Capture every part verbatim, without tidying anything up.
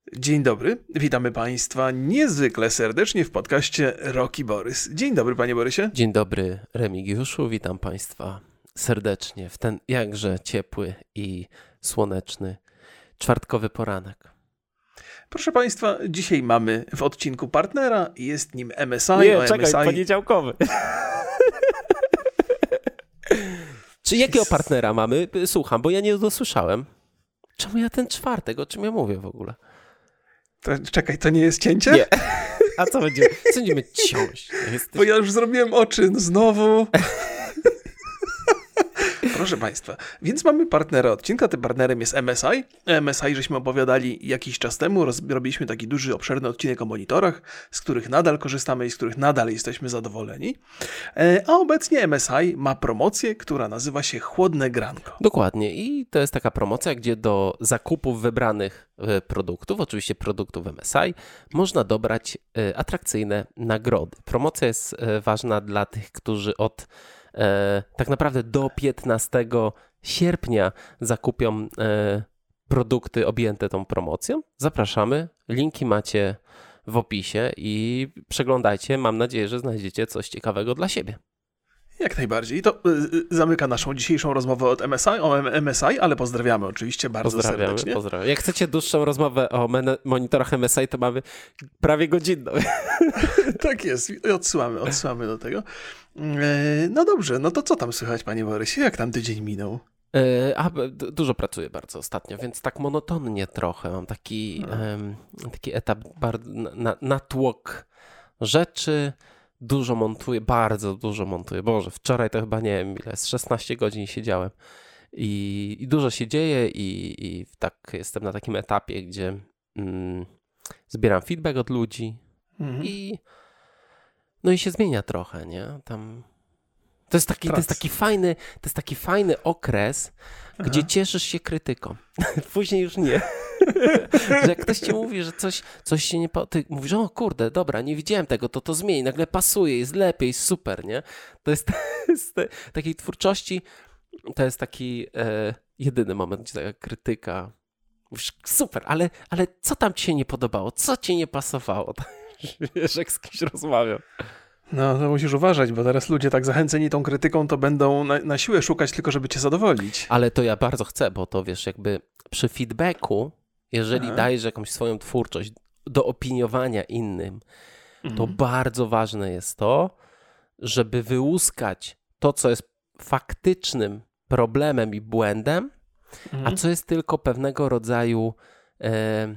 Dzień dobry, witamy Państwa niezwykle serdecznie w podcaście Roki Borys. Dzień dobry, Panie Borysie. Dzień dobry, Remigiuszu, witam Państwa serdecznie w ten jakże ciepły i słoneczny czwartkowy poranek. Proszę Państwa, dzisiaj mamy w odcinku partnera, jest nim M S I. Nie, o czekaj, M S I... poniedziałkowy. Czy jakiego partnera mamy? Słucham, bo ja nie dosłyszałem. Czemu ja ten czwartek? O czym ja mówię w ogóle? To, czekaj, to nie jest cięcie? Nie. A co będziemy? Co będziemy ciąć? Jesteś... Bo ja już zrobiłem oczy, no znowu. Proszę Państwa, więc mamy partnera odcinka, tym partnerem jest M S I. M S I żeśmy opowiadali jakiś czas temu, roz, robiliśmy taki duży, obszerny odcinek o monitorach, z których nadal korzystamy i z których nadal jesteśmy zadowoleni. A obecnie M S I ma promocję, która nazywa się Chłodne Granko. Dokładnie i to jest taka promocja, gdzie do zakupów wybranych produktów, oczywiście produktów M S I, można dobrać atrakcyjne nagrody. Promocja jest ważna dla tych, którzy od E, tak naprawdę do piętnastego sierpnia zakupią e, produkty objęte tą promocją. Zapraszamy, linki macie w opisie i przeglądajcie. Mam nadzieję, że znajdziecie coś ciekawego dla siebie. Jak najbardziej. I to y, zamyka naszą dzisiejszą rozmowę od M S I, o M S I, ale pozdrawiamy oczywiście bardzo pozdrawiamy, serdecznie. Pozdrawiam. Jak chcecie dłuższą rozmowę o men- monitorach M S I, to mamy prawie godzinną. Tak jest. Odsyłamy, odsyłamy do tego. E, no dobrze, no to co tam słychać, Panie Borysie? Jak tam tydzień minął? E, a, d- dużo pracuję bardzo ostatnio, więc tak monotonnie trochę. Mam taki, em, taki etap, bar- na, natłok rzeczy. Dużo montuję, bardzo dużo montuję. Boże, wczoraj to chyba nie wiem ile, z szesnaście godzin siedziałem i, i dużo się dzieje i, i tak jestem na takim etapie, gdzie mm, zbieram feedback od ludzi mhm. i no i się zmienia trochę, nie? Tam to jest taki, to jest taki fajny, to jest taki fajny okres, Aha. gdzie cieszysz się krytyką. Później już nie. Że jak ktoś ci mówi, że coś, coś się nie... Po... Ty mówisz, o kurde, dobra, nie widziałem tego, to to zmieni, nagle pasuje, jest lepiej, super, nie? To jest z te, takiej twórczości, to jest taki e, jedyny moment, gdzie taka krytyka, mówisz, super, ale, ale co tam ci się nie podobało? Co ci nie pasowało? Wiesz, jak z kimś rozmawiam. No, to musisz uważać, bo teraz ludzie tak zachęceni tą krytyką, to będą na, na siłę szukać tylko, żeby cię zadowolić. Ale to ja bardzo chcę, bo to wiesz, jakby przy feedbacku, jeżeli Aha. dajesz jakąś swoją twórczość do opiniowania innym, mhm. to bardzo ważne jest to, żeby wyłuskać to, co jest faktycznym problemem i błędem, mhm. a co jest tylko pewnego rodzaju e,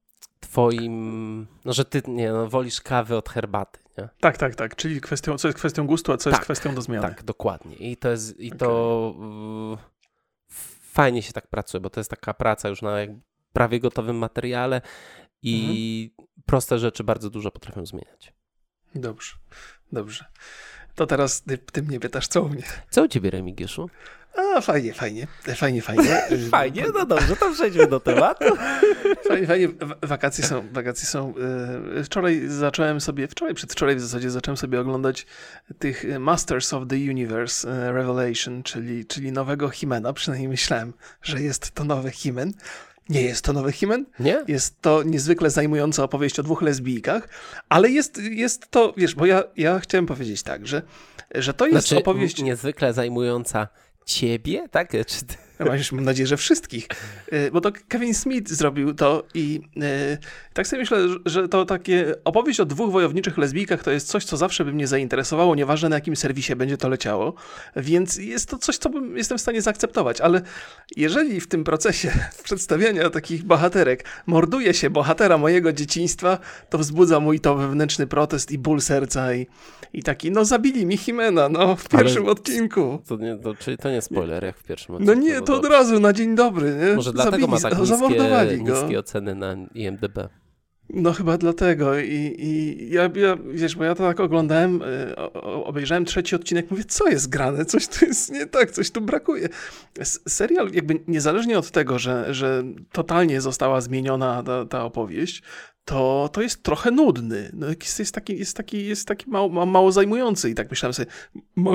twoim, no że ty nie, no, wolisz kawy od herbaty. Nie? Tak, tak, tak. Czyli kwestią, co jest kwestią gustu, a co tak, jest kwestią do zmiany. Tak, dokładnie. I to jest, i okay. to y, fajnie się tak pracuje, bo to jest taka praca już na jakby prawie gotowym materiale i mhm. proste rzeczy bardzo dużo potrafią zmieniać. Dobrze, dobrze. To teraz ty, ty mnie pytasz, co u mnie? Co u ciebie, Remigiuszu? A, fajnie, fajnie, fajnie, fajnie. Fajnie, no dobrze, to przejdźmy do tematu. Fajnie, fajnie, wakacje są, wakacje są. Wczoraj zacząłem sobie, wczoraj, przedwczoraj w zasadzie zacząłem sobie oglądać tych Masters of the Universe Revelation, czyli, czyli nowego He-Mana, przynajmniej myślałem, że jest to nowy He-Man. Nie jest to nowy He-Man. Nie? Jest to niezwykle zajmująca opowieść o dwóch lesbijkach, ale jest, jest to, wiesz, bo ja, ja chciałem powiedzieć tak, że, że to jest znaczy, opowieść... niezwykle zajmująca ciebie, tak? Czy ty... Mam nadzieję, że wszystkich. Bo to Kevin Smith zrobił to i yy, tak sobie myślę, że to takie opowieść o dwóch wojowniczych lesbijkach to jest coś, co zawsze by mnie zainteresowało, nieważne na jakim serwisie będzie to leciało, więc jest to coś, co bym, jestem w stanie zaakceptować, ale jeżeli w tym procesie przedstawiania takich bohaterek morduje się bohatera mojego dzieciństwa, to wzbudza mój to wewnętrzny protest i ból serca i, i taki, no zabili mi He-Mana, no w pierwszym ale odcinku. To nie, to, czyli to nie spoiler, jak w pierwszym odcinku. No nie, to od razu na dzień dobry, nie? Może dlatego Zabili, ma tak niskie, niskie oceny na I M D B. No chyba dlatego i, i ja, ja, wiesz, bo ja to tak oglądałem, o, obejrzałem trzeci odcinek, mówię, co jest grane, coś tu jest nie tak, coś tu brakuje. S- serial jakby niezależnie od tego, że, że totalnie została zmieniona ta, ta opowieść, to, to jest trochę nudny. No, jest, jest taki, jest taki, jest taki mało, mało zajmujący i tak myślałem sobie, może...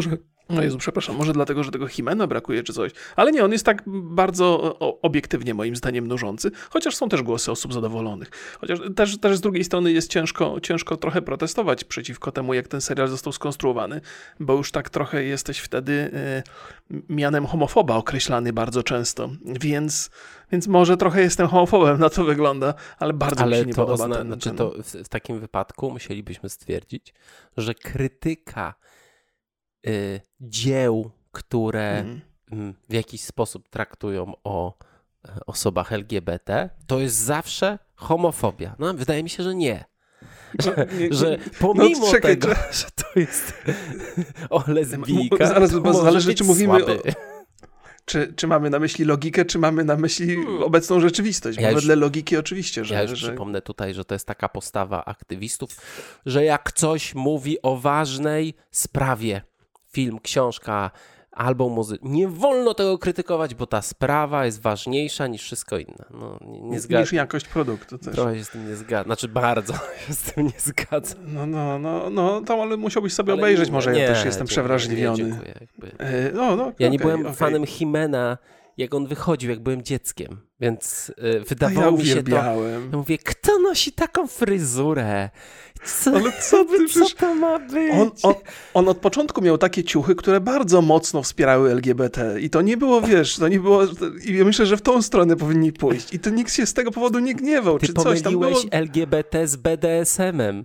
No Jezu, przepraszam, może dlatego, że tego Himena brakuje czy coś. Ale nie, on jest tak bardzo obiektywnie moim zdaniem nużący, chociaż są też głosy osób zadowolonych. Chociaż też, też z drugiej strony jest ciężko, ciężko trochę protestować przeciwko temu, jak ten serial został skonstruowany, bo już tak trochę jesteś wtedy y, mianem homofoba określany bardzo często. Więc, więc może trochę jestem homofobem, na to wygląda, ale bardzo ale mi się nie podoba ozna- ten... Znaczy ten... to w, w takim wypadku musielibyśmy stwierdzić, że krytyka y, dzieł, które mm. w jakiś sposób traktują o osobach L G B T, to jest zawsze homofobia. No, wydaje mi się, że nie. Że, no, nie, że pomimo no, czekaj, tego, że to jest o lesbijkach, zaraz, to bo zależy, czy mówimy słaby. o, czy, czy mamy na myśli logikę, czy mamy na myśli hmm. obecną rzeczywistość. Bo ja wedle już, logiki oczywiście, że... Ja już że... przypomnę tutaj, że to jest taka postawa aktywistów, że jak ktoś mówi o ważnej sprawie, film, książka, album muzyki, nie wolno tego krytykować, bo ta sprawa jest ważniejsza niż wszystko inne. No, nie, nie zgadzam. Niż jakość produktu też. Trochę się z tym nie zgadzam. Znaczy bardzo się z tym nie zgadzam. No, no, no, no to ale musiałbyś sobie ale obejrzeć, nie, może ja nie, też jestem przewrażliwiony. Nie, dziękuję. Jakby. E, no, no, ja okay, nie byłem okay. fanem Himena, jak on wychodził, jak byłem dzieckiem, więc y, wydawało ja mi się to... Ja mówię, kto nosi taką fryzurę? Co, ale co, ty, co to ma być? On, on, on od początku miał takie ciuchy, które bardzo mocno wspierały L G B T i to nie było, wiesz, to nie było... I ja myślę, że w tą stronę powinni pójść i to nikt się z tego powodu nie gniewał, Ty czy coś tam było... pomyliłeś L G B T z B D S M-em.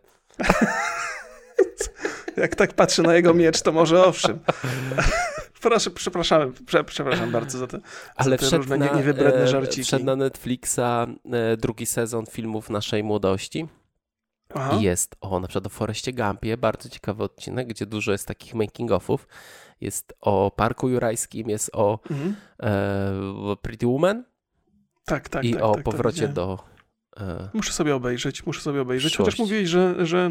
Jak tak patrzę na jego miecz, to może owszem. Proszę, przepraszam, prze, przepraszam bardzo za te, Ale za te różne na, niewybredne żarciki. Wszedł na Netflixa e, drugi sezon filmów naszej młodości. Aha. I jest o na przykład o Forrestie Gumpie, bardzo ciekawy odcinek, gdzie dużo jest takich making-offów. Jest o Parku Jurajskim, jest o mhm. e, Pretty Woman tak, tak, i tak, o tak, powrocie tak, do... E, muszę sobie obejrzeć, muszę sobie obejrzeć. Przyszłości. Chociaż mówiłeś, że... że...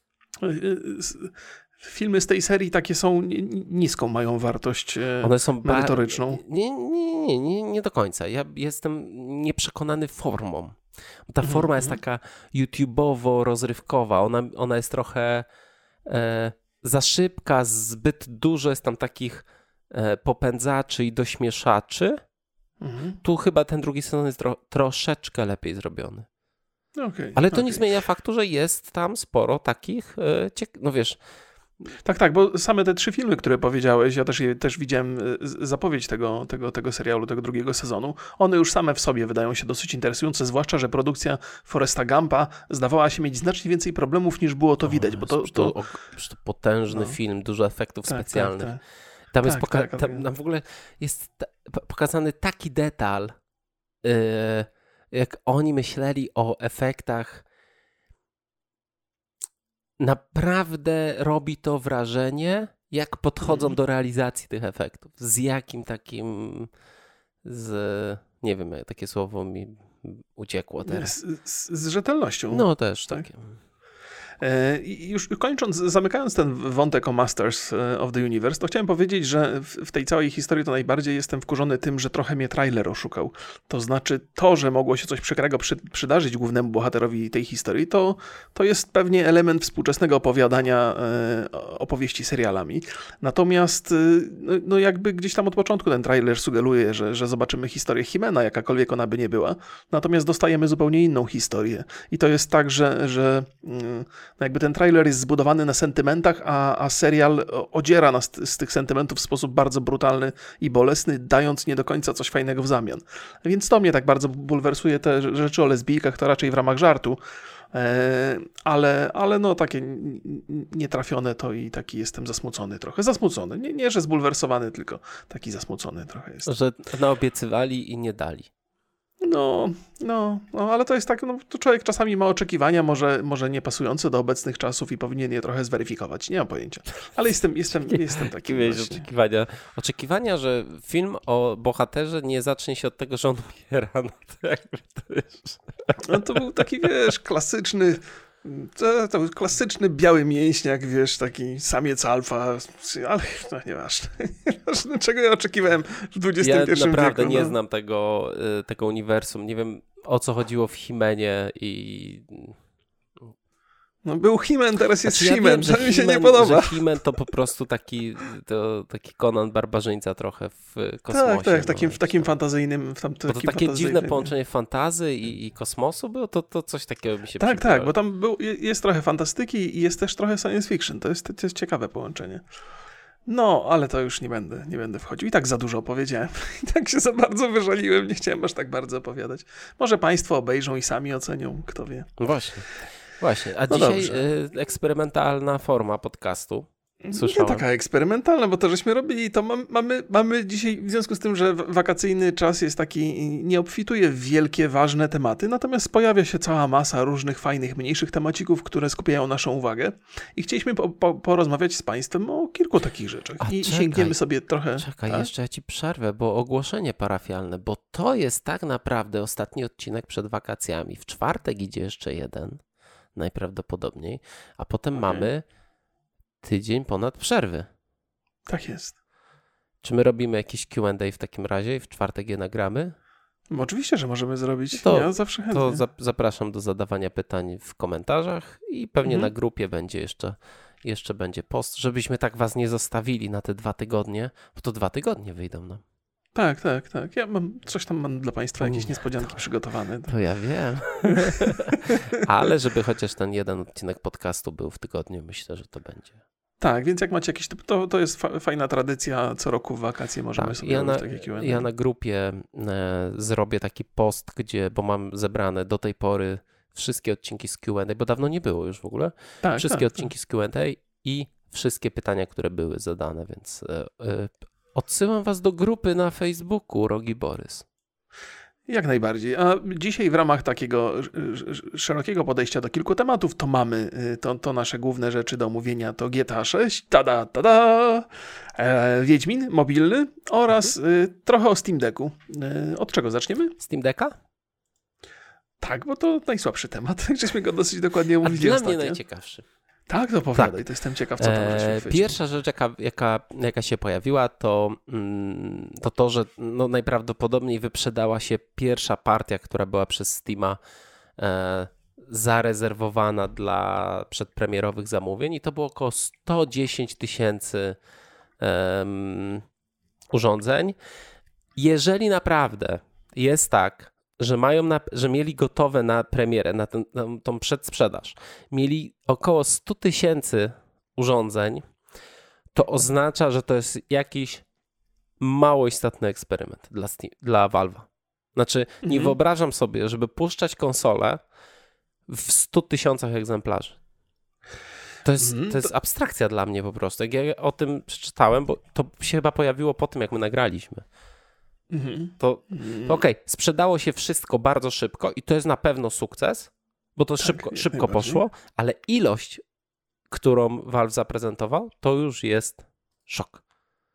filmy z tej serii takie są, niską mają wartość One są merytoryczną. Ba- nie, nie, nie, nie, nie do końca. Ja jestem nieprzekonany formą. Ta mm-hmm. forma jest taka YouTubeowo-rozrywkowa. Ona, ona jest trochę e, za szybka, zbyt dużo jest tam takich e, popędzaczy i dośmieszaczy. Mm-hmm. Tu chyba ten drugi sezon jest tro, troszeczkę lepiej zrobiony. Okay, Ale to okay. nie zmienia faktu, że jest tam sporo takich, e, ciek- no wiesz... Tak, tak, bo same te trzy filmy, które powiedziałeś, ja też, je, też widziałem zapowiedź tego, tego, tego serialu, tego drugiego sezonu, one już same w sobie wydają się dosyć interesujące, zwłaszcza, że produkcja Forresta Gumpa zdawała się mieć znacznie więcej problemów, niż było to widać. Bo to, to... to, to potężny no. film, dużo efektów tak, specjalnych. Tak, tak. Tam, jest tak, poka- tak, tam, tam w ogóle jest ta- pokazany taki detal, yy, jak oni myśleli o efektach. Naprawdę robi to wrażenie, jak podchodzą mm. do realizacji tych efektów. Z jakim takim, z, nie wiem, takie słowo mi uciekło teraz. Z, z, z rzetelnością. No też tak. takie. I już kończąc, zamykając ten wątek o Masters of the Universe, to chciałem powiedzieć, że w tej całej historii to najbardziej jestem wkurzony tym, że trochę mnie trailer oszukał. To znaczy to, że mogło się coś przykrego przy, przydarzyć głównemu bohaterowi tej historii, to, to jest pewnie element współczesnego opowiadania e, opowieści serialami. Natomiast no, no jakby gdzieś tam od początku ten trailer sugeruje, że, że zobaczymy historię Himena, jakakolwiek ona by nie była. Natomiast dostajemy zupełnie inną historię. I to jest tak, że, że mm, no jakby ten trailer jest zbudowany na sentymentach, a, a serial odziera nas z, z tych sentymentów w sposób bardzo brutalny i bolesny, dając nie do końca coś fajnego w zamian. Więc to mnie tak bardzo bulwersuje, te rzeczy o lesbijkach, to raczej w ramach żartu, e, ale, ale no takie nietrafione to i taki jestem zasmucony trochę. Zasmucony. Nie, nie że zbulwersowany, tylko taki zasmucony trochę jest. Że naobiecywali i nie dali. No, no, no, ale to jest tak, no, to człowiek czasami ma oczekiwania, może, może nie pasujące do obecnych czasów i powinien je trochę zweryfikować. Nie mam pojęcia. Ale jestem, jestem, jestem taki właśnie. Oczekiwania. Oczekiwania, że film o bohaterze nie zacznie się od tego, że on umiera. No to jakby to jest... No to był taki, wiesz, klasyczny... To, to był klasyczny biały mięśniak, wiesz, taki samiec alfa, ale no nieważne. Nieważne, czego ja oczekiwałem w dwudziestym pierwszym wieku. Ja naprawdę wieku, nie no. znam tego, tego uniwersum, nie wiem o co chodziło w Himenie i... No był He-Man, teraz jest znaczy, She-Man, ja to mi się nie podoba. Że He-Man to po prostu taki, to, taki Conan barbarzyńca trochę w kosmosie. Tak, tak, w no, takim, w takim fantazyjnym... W tam, bo to takim takie dziwne połączenie fantazy i, i kosmosu było, to, to coś takiego mi się Tak, przypomniało. tak, bo tam był, jest trochę fantastyki i jest też trochę science fiction. To jest, to jest ciekawe połączenie. No, ale to już nie będę, nie będę wchodził. I tak za dużo opowiedziałem. I tak się za bardzo wyżaliłem. Nie chciałem aż tak bardzo opowiadać. Może państwo obejrzą i sami ocenią, kto wie. Właśnie. Właśnie. A no dzisiaj dobrze. y, eksperymentalna forma podcastu. Słyszałem. Nie taka eksperymentalna, bo to żeśmy robili, to mam, mamy, mamy dzisiaj, w związku z tym, że wakacyjny czas jest taki, nie obfituje w wielkie, ważne tematy, natomiast pojawia się cała masa różnych fajnych, mniejszych temacików, które skupiają naszą uwagę i chcieliśmy po, po, porozmawiać z państwem o kilku takich rzeczach. A I czekaj, sięgniemy sobie trochę... Czekaj, tak? jeszcze ja ci przerwę, bo ogłoszenie parafialne, bo to jest tak naprawdę ostatni odcinek przed wakacjami. W czwartek idzie jeszcze jeden, najprawdopodobniej, a potem Okay. mamy tydzień ponad przerwy. Tak jest. Czy my robimy jakieś Q and A w takim razie i w czwartek je nagramy? No, oczywiście, że możemy zrobić. To, ja zawsze chętnie. To za, zapraszam do zadawania pytań w komentarzach i pewnie Mhm. na grupie będzie jeszcze, jeszcze będzie post, żebyśmy tak was nie zostawili na te dwa tygodnie, bo to dwa tygodnie wyjdą nam. Tak, tak, tak. Ja mam coś tam mam dla państwa, jakieś Nie, niespodzianki to- przygotowane. To ja wiem. Ale żeby chociaż ten jeden odcinek podcastu był w tygodniu, myślę, że to będzie. Tak, więc jak macie jakieś, to, to jest fa- fajna tradycja, co roku w wakacje możemy Tak, sobie ja, robić na, takie Q and A. ja na grupie e, zrobię taki post, gdzie, bo mam zebrane do tej pory wszystkie odcinki z Q and A, bo dawno nie było już w ogóle. tak, Wszystkie tak, odcinki z Q and A i wszystkie pytania, które były zadane, więc e, e, odsyłam was do grupy na Facebooku Rogi Borys. Tak. Jak najbardziej. A dzisiaj w ramach takiego sz- sz- szerokiego podejścia do kilku tematów, to mamy y, to, to nasze główne rzeczy do omówienia, to G T A sześć, tada, tada, e, Wiedźmin mobilny oraz y, trochę o Steam Decku. Y, od czego zaczniemy? Steam Decka? Tak, bo to najsłabszy temat. Żeśmy go dosyć dokładnie A omówili dla ostatnio. mnie najciekawszy. Tak, to opowiadaj, to jestem ciekaw, co tam żeśmy E, chwycili. Pierwsza rzecz, jaka, jaka, jaka się pojawiła, to, mm, to to, że no, najprawdopodobniej wyprzedała się pierwsza partia, która była przez Steama e, zarezerwowana dla przedpremierowych zamówień i to było około sto dziesięć tysięcy em, urządzeń. Jeżeli naprawdę jest tak, że mają na, że mieli gotowe na premierę, na, ten, na tą przedsprzedaż, mieli około sto tysięcy urządzeń, to oznacza, że to jest jakiś mało istotny eksperyment dla, Steam, dla Valve'a. Znaczy, nie Mhm. wyobrażam sobie, żeby puszczać konsolę w stu tysiącach egzemplarzy. To jest, Mhm, to jest abstrakcja dla mnie po prostu. Jak ja o tym przeczytałem, bo to się chyba pojawiło po tym, jak my nagraliśmy. Mhm. To, Mhm. to okej, sprzedało się wszystko bardzo szybko i to jest na pewno sukces, bo to Tak, szybko, jak szybko najbardziej. poszło, ale ilość, którą Valve zaprezentował, to już jest szok.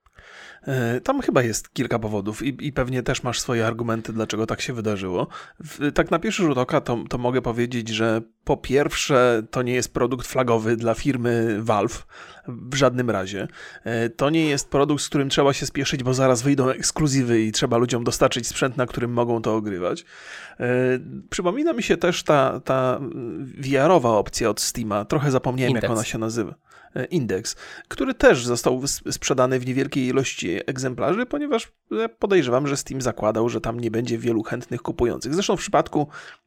E, Tam chyba jest kilka powodów i, i pewnie też masz swoje argumenty, dlaczego tak się wydarzyło. W, tak na pierwszy rzut oka to, to mogę powiedzieć, że po pierwsze to nie jest produkt flagowy dla firmy Valve w żadnym razie. E, To nie jest produkt, z którym trzeba się spieszyć, bo zaraz wyjdą ekskluzywy i trzeba ludziom dostarczyć sprzęt, na którym mogą to ogrywać. E, Przypomina mi się też ta, ta V R-owa opcja od Steama. Trochę zapomniałem, Index. jak ona się nazywa. Index, który też został sprzedany w niewielkiej ilości egzemplarzy, ponieważ podejrzewam, że Steam zakładał, że tam nie będzie wielu chętnych kupujących. Zresztą w przypadku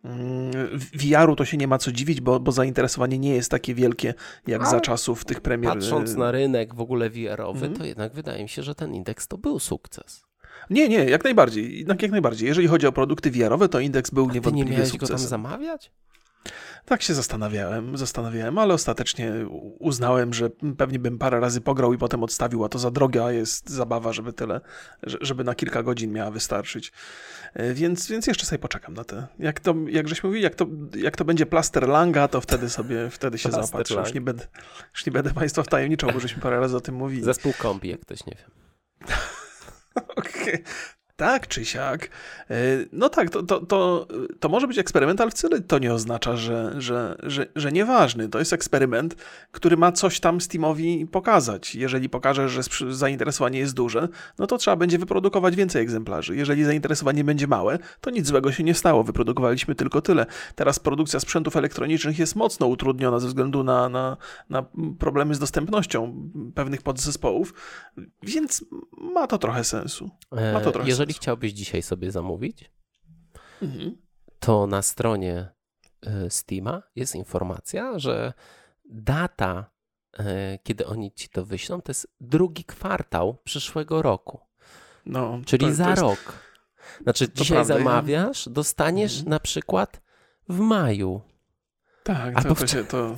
V R-u to się nie ma co dziwić, bo, bo zainteresowanie nie jest takie wielkie jak Ale za czasów tych premier. Patrząc na rynek w ogóle V R-owy, Mhm. to jednak wydaje mi się, że ten indeks to był sukces. Nie, nie, jak najbardziej. Jednak jak najbardziej. Jeżeli chodzi o produkty V R-owe, to Index był A ty nie niewątpliwie miałeś go tam sukcesem. zamawiać? Tak się zastanawiałem, zastanawiałem, ale ostatecznie uznałem, że pewnie bym parę razy pograł i potem odstawił, a to za droga jest zabawa, żeby tyle, że- żeby na kilka godzin miała wystarczyć. E, Więc, więc jeszcze sobie poczekam na te. Jak to, jak żeśmy mówili, jak to, jak to będzie plaster Langa, to wtedy sobie, wtedy się Plaster zaopatrzę. Już Lang. nie będę, już nie będę Państwa wtajemniczał, bo żeśmy parę razy o tym mówili. Zespół kombi, jak ktoś nie wie. Okej. Tak czy siak. No tak, to, to, to, to może być eksperyment, ale wcale to nie oznacza, że, że, że, że nieważny. To jest eksperyment, który ma coś tam Steamowi pokazać. Jeżeli pokaże, że zainteresowanie jest duże, no to trzeba będzie wyprodukować więcej egzemplarzy. Jeżeli zainteresowanie będzie małe, to nic złego się nie stało. Wyprodukowaliśmy tylko tyle. Teraz produkcja sprzętów elektronicznych jest mocno utrudniona ze względu na, na, na problemy z dostępnością pewnych podzespołów, więc ma to trochę sensu. Ma to trochę Jeżeli sensu. chciałbyś dzisiaj sobie zamówić, Mhm. to na stronie Steama jest informacja, że data, kiedy oni ci to wyślą, to jest drugi kwartał przyszłego roku. No, czyli to, za to jest, rok. Znaczy to dzisiaj prawda, zamawiasz, dostaniesz Mhm. na przykład w maju. Tak, Albo to, to, się, to,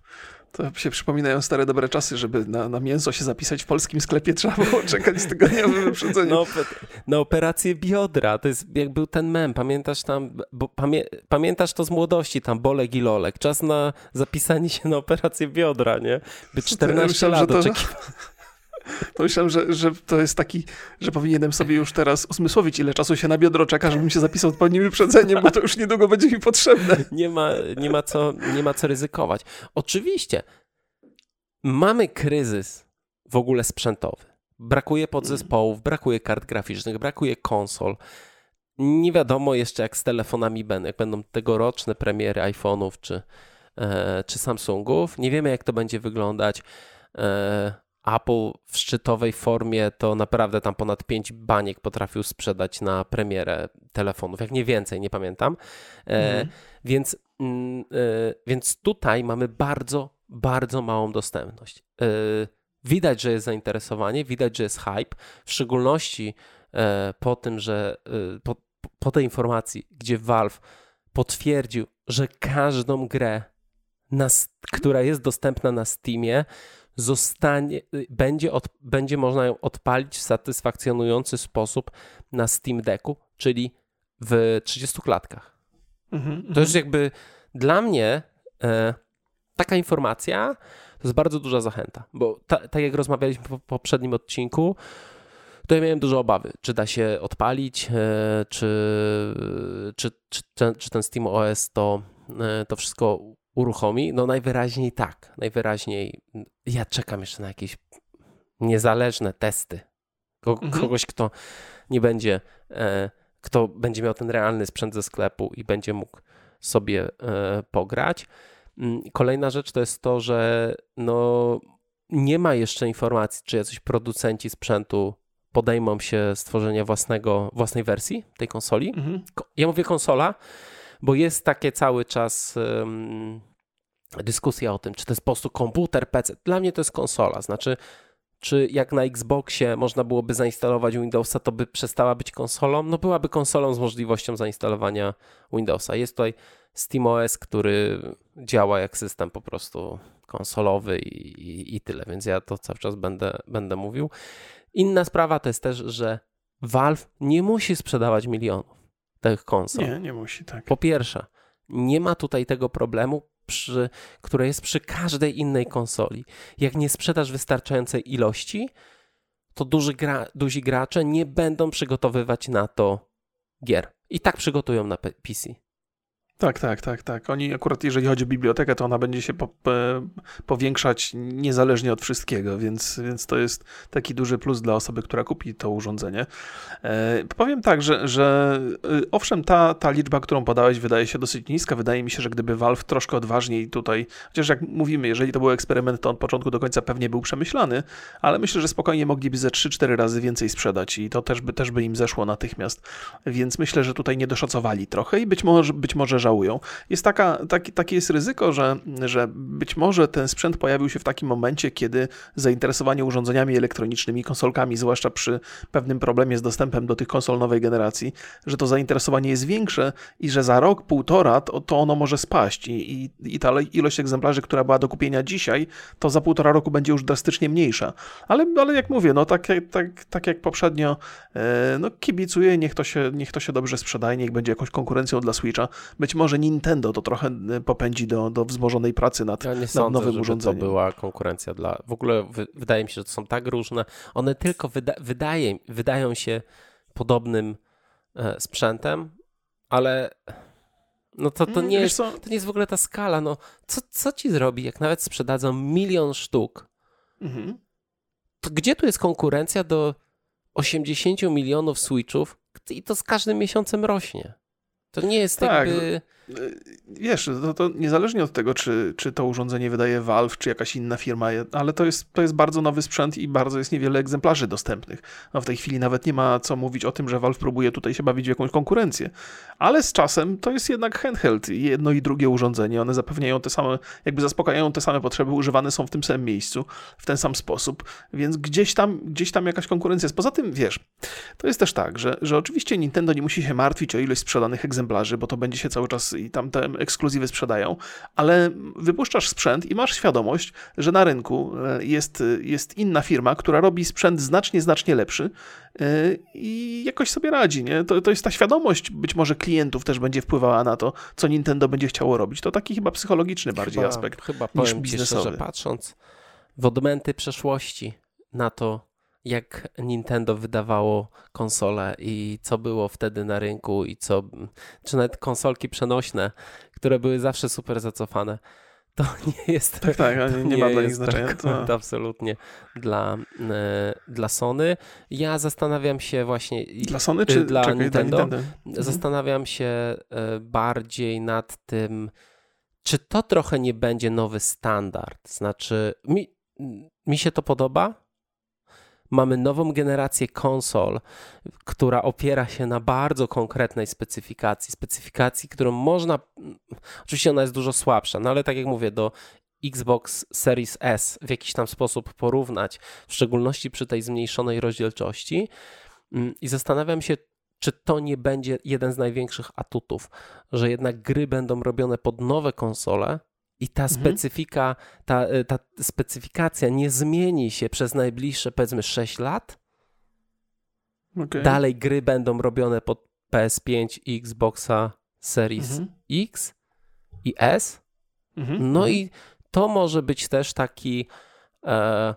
to się przypominają stare dobre czasy, żeby na, na mięso się zapisać w polskim sklepie, trzeba było czekać z tygodniowym wyprzedzeniem. No, na operację biodra, to jest jak był ten mem, pamiętasz tam, bo pamię, pamiętasz to z młodości, tam Bolek i Lolek, czas na zapisanie się na operację biodra, nie? By czternaście Ja myślałem, lat że to- oczekiwał. To myślałem, że, że to jest taki, że powinienem sobie już teraz usmysłowić, ile czasu się na biodro czeka, żebym się zapisał odpowiednim wyprzedzeniem, bo to już niedługo będzie mi potrzebne. Nie ma, nie ma co, nie ma co ryzykować. Oczywiście mamy kryzys w ogóle sprzętowy. Brakuje podzespołów, brakuje kart graficznych, brakuje konsol. Nie wiadomo jeszcze jak z telefonami będą, jak będą tegoroczne premiery iPhone'ów czy, e, czy Samsungów. Nie wiemy jak to będzie wyglądać. E, Apple w szczytowej formie to naprawdę tam ponad pięć baniek potrafił sprzedać na premierę telefonów, jak nie więcej, nie pamiętam. E, Mhm. więc, mm, e, więc tutaj mamy bardzo, bardzo małą dostępność. E, widać, że jest zainteresowanie, widać, że jest hype, w szczególności e, po tym, że e, po, po tej informacji, gdzie Valve potwierdził, że każdą grę, na, która jest dostępna na Steamie, zostanie, będzie, od, będzie można ją odpalić w satysfakcjonujący sposób na Steam Decku, czyli w trzydziestu klatkach. Mhm, To jest jakby dla mnie e, taka informacja to jest bardzo duża zachęta, bo ta, tak jak rozmawialiśmy po poprzednim odcinku, to ja miałem duże obawy, czy da się odpalić, e, czy, czy, czy, ten, czy ten SteamOS to, e, to wszystko uruchomi. No najwyraźniej tak, najwyraźniej ja czekam jeszcze na jakieś niezależne testy. Ko- Mhm. Kogoś, kto nie będzie, e, kto będzie miał ten realny sprzęt ze sklepu i będzie mógł sobie e, pograć. Mm, Kolejna rzecz to jest to, że no, nie ma jeszcze informacji, czy jacyś producenci sprzętu podejmą się stworzenia własnego, własnej wersji tej konsoli. Mhm. Ko- Ja mówię konsola, bo jest takie cały czas um, dyskusja o tym, czy to jest po prostu komputer, P C. Dla mnie to jest konsola, znaczy czy jak na Xboxie można byłoby zainstalować Windowsa, to by przestała być konsolą? No byłaby konsolą z możliwością zainstalowania Windowsa. Jest tutaj SteamOS, który działa jak system po prostu konsolowy i, i, i tyle, więc ja to cały czas będę, będę mówił. Inna sprawa to jest też, że Valve nie musi sprzedawać milionów tych konsol. Nie, nie musi, tak. Po pierwsze, nie ma tutaj tego problemu, przy, które jest przy każdej innej konsoli. Jak nie sprzedasz wystarczającej ilości, to duży gra, duzi gracze nie będą przygotowywać na to gier. I tak przygotują na P C. Tak, tak, tak, tak. Oni akurat jeżeli chodzi o bibliotekę, to ona będzie się po, po, powiększać niezależnie od wszystkiego, więc, więc to jest taki duży plus dla osoby, która kupi to urządzenie. E, powiem tak, że, że y, owszem, ta, ta liczba, którą podałeś, wydaje się dosyć niska. Wydaje mi się, że gdyby Valve troszkę odważniej tutaj, chociaż jak mówimy, jeżeli to był eksperyment, to od początku do końca pewnie był przemyślany, ale myślę, że spokojnie mogliby ze trzy cztery razy więcej sprzedać i to też by, też by im zeszło natychmiast. Więc myślę, że tutaj nie doszacowali trochę i być może, być może żałują. Jest taka, taki, takie jest ryzyko, że, że być może ten sprzęt pojawił się w takim momencie, kiedy zainteresowanie urządzeniami elektronicznymi, konsolkami, zwłaszcza przy pewnym problemie z dostępem do tych konsol nowej generacji, że to zainteresowanie jest większe i że za rok, półtora to, to ono może spaść i, i, i ta ilość egzemplarzy, która była do kupienia dzisiaj, to za półtora roku będzie już drastycznie mniejsza. Ale, ale jak mówię, no tak, tak, tak jak poprzednio, e, no kibicuję, niech to, się, niech to się dobrze sprzedaje, niech będzie jakąś konkurencją dla Switcha. Być może Nintendo to trochę popędzi do, do wzmożonej pracy nad, Ja nie nad sądzę, nowym żeby urządzeniem. to była konkurencja dla... W ogóle wy, wydaje mi się, że to są tak różne. One tylko wyda, wydaje, wydają się podobnym e, sprzętem, ale no to, to, nie jest, to nie jest w ogóle ta skala. No, co, co ci zrobi, jak nawet sprzedadzą milion sztuk? Mhm. To gdzie tu jest konkurencja do osiemdziesiąt milionów Switchów i to z każdym miesiącem rośnie? To nie jest tak, jakby... Wiesz, to, to niezależnie od tego, czy, czy to urządzenie wydaje Valve, czy jakaś inna firma, ale to jest, to jest bardzo nowy sprzęt i bardzo jest niewiele egzemplarzy dostępnych. No w tej chwili nawet nie ma co mówić o tym, że Valve próbuje tutaj się bawić w jakąś konkurencję. Ale z czasem to jest jednak handheld, jedno i drugie urządzenie. One zapewniają te same, jakby zaspokajają te same potrzeby, używane są w tym samym miejscu, w ten sam sposób, więc gdzieś tam, gdzieś tam jakaś konkurencja jest. Poza tym, wiesz, to jest też tak, że, że oczywiście Nintendo nie musi się martwić o ilość sprzedanych egzemplarzy, bo to będzie się cały czas i tam te ekskluzywy sprzedają, ale wypuszczasz sprzęt i masz świadomość, że na rynku jest, jest inna firma, która robi sprzęt znacznie, znacznie lepszy i jakoś sobie radzi, nie? To, to jest ta świadomość być może klientów też będzie wpływała na to, co Nintendo będzie chciało robić. To taki chyba psychologiczny bardziej chyba, aspekt chyba niż powiem biznesowy. Szczerze, patrząc w odmęty przeszłości na to, jak Nintendo wydawało konsole i co było wtedy na rynku i co, czy nawet konsolki przenośne, które były zawsze super zacofane, to nie jest tak, tak, nie, nie, nie ma dla nich znaczenia. To absolutnie dla, e, dla Sony. Ja zastanawiam się właśnie... Dla Sony czy dla czekaj, Nintendo? Dla Nintendo? Zastanawiam się e, bardziej nad tym, czy to trochę nie będzie nowy standard. Znaczy, mi, mi się to podoba. Mamy nową generację konsol, która opiera się na bardzo konkretnej specyfikacji. Specyfikacji, którą można... Oczywiście ona jest dużo słabsza, no ale tak jak mówię, do Xbox Series S w jakiś tam sposób porównać, w szczególności przy tej zmniejszonej rozdzielczości. I zastanawiam się, czy to nie będzie jeden z największych atutów, że jednak gry będą robione pod nowe konsole, i ta specyfika, ta, ta specyfikacja nie zmieni się przez najbliższe, powiedzmy, sześć lat. Okay. Dalej gry będą robione pod P S pięć i Xboxa Series mhm. X i S. Mhm. No mhm. i to może być też taki e,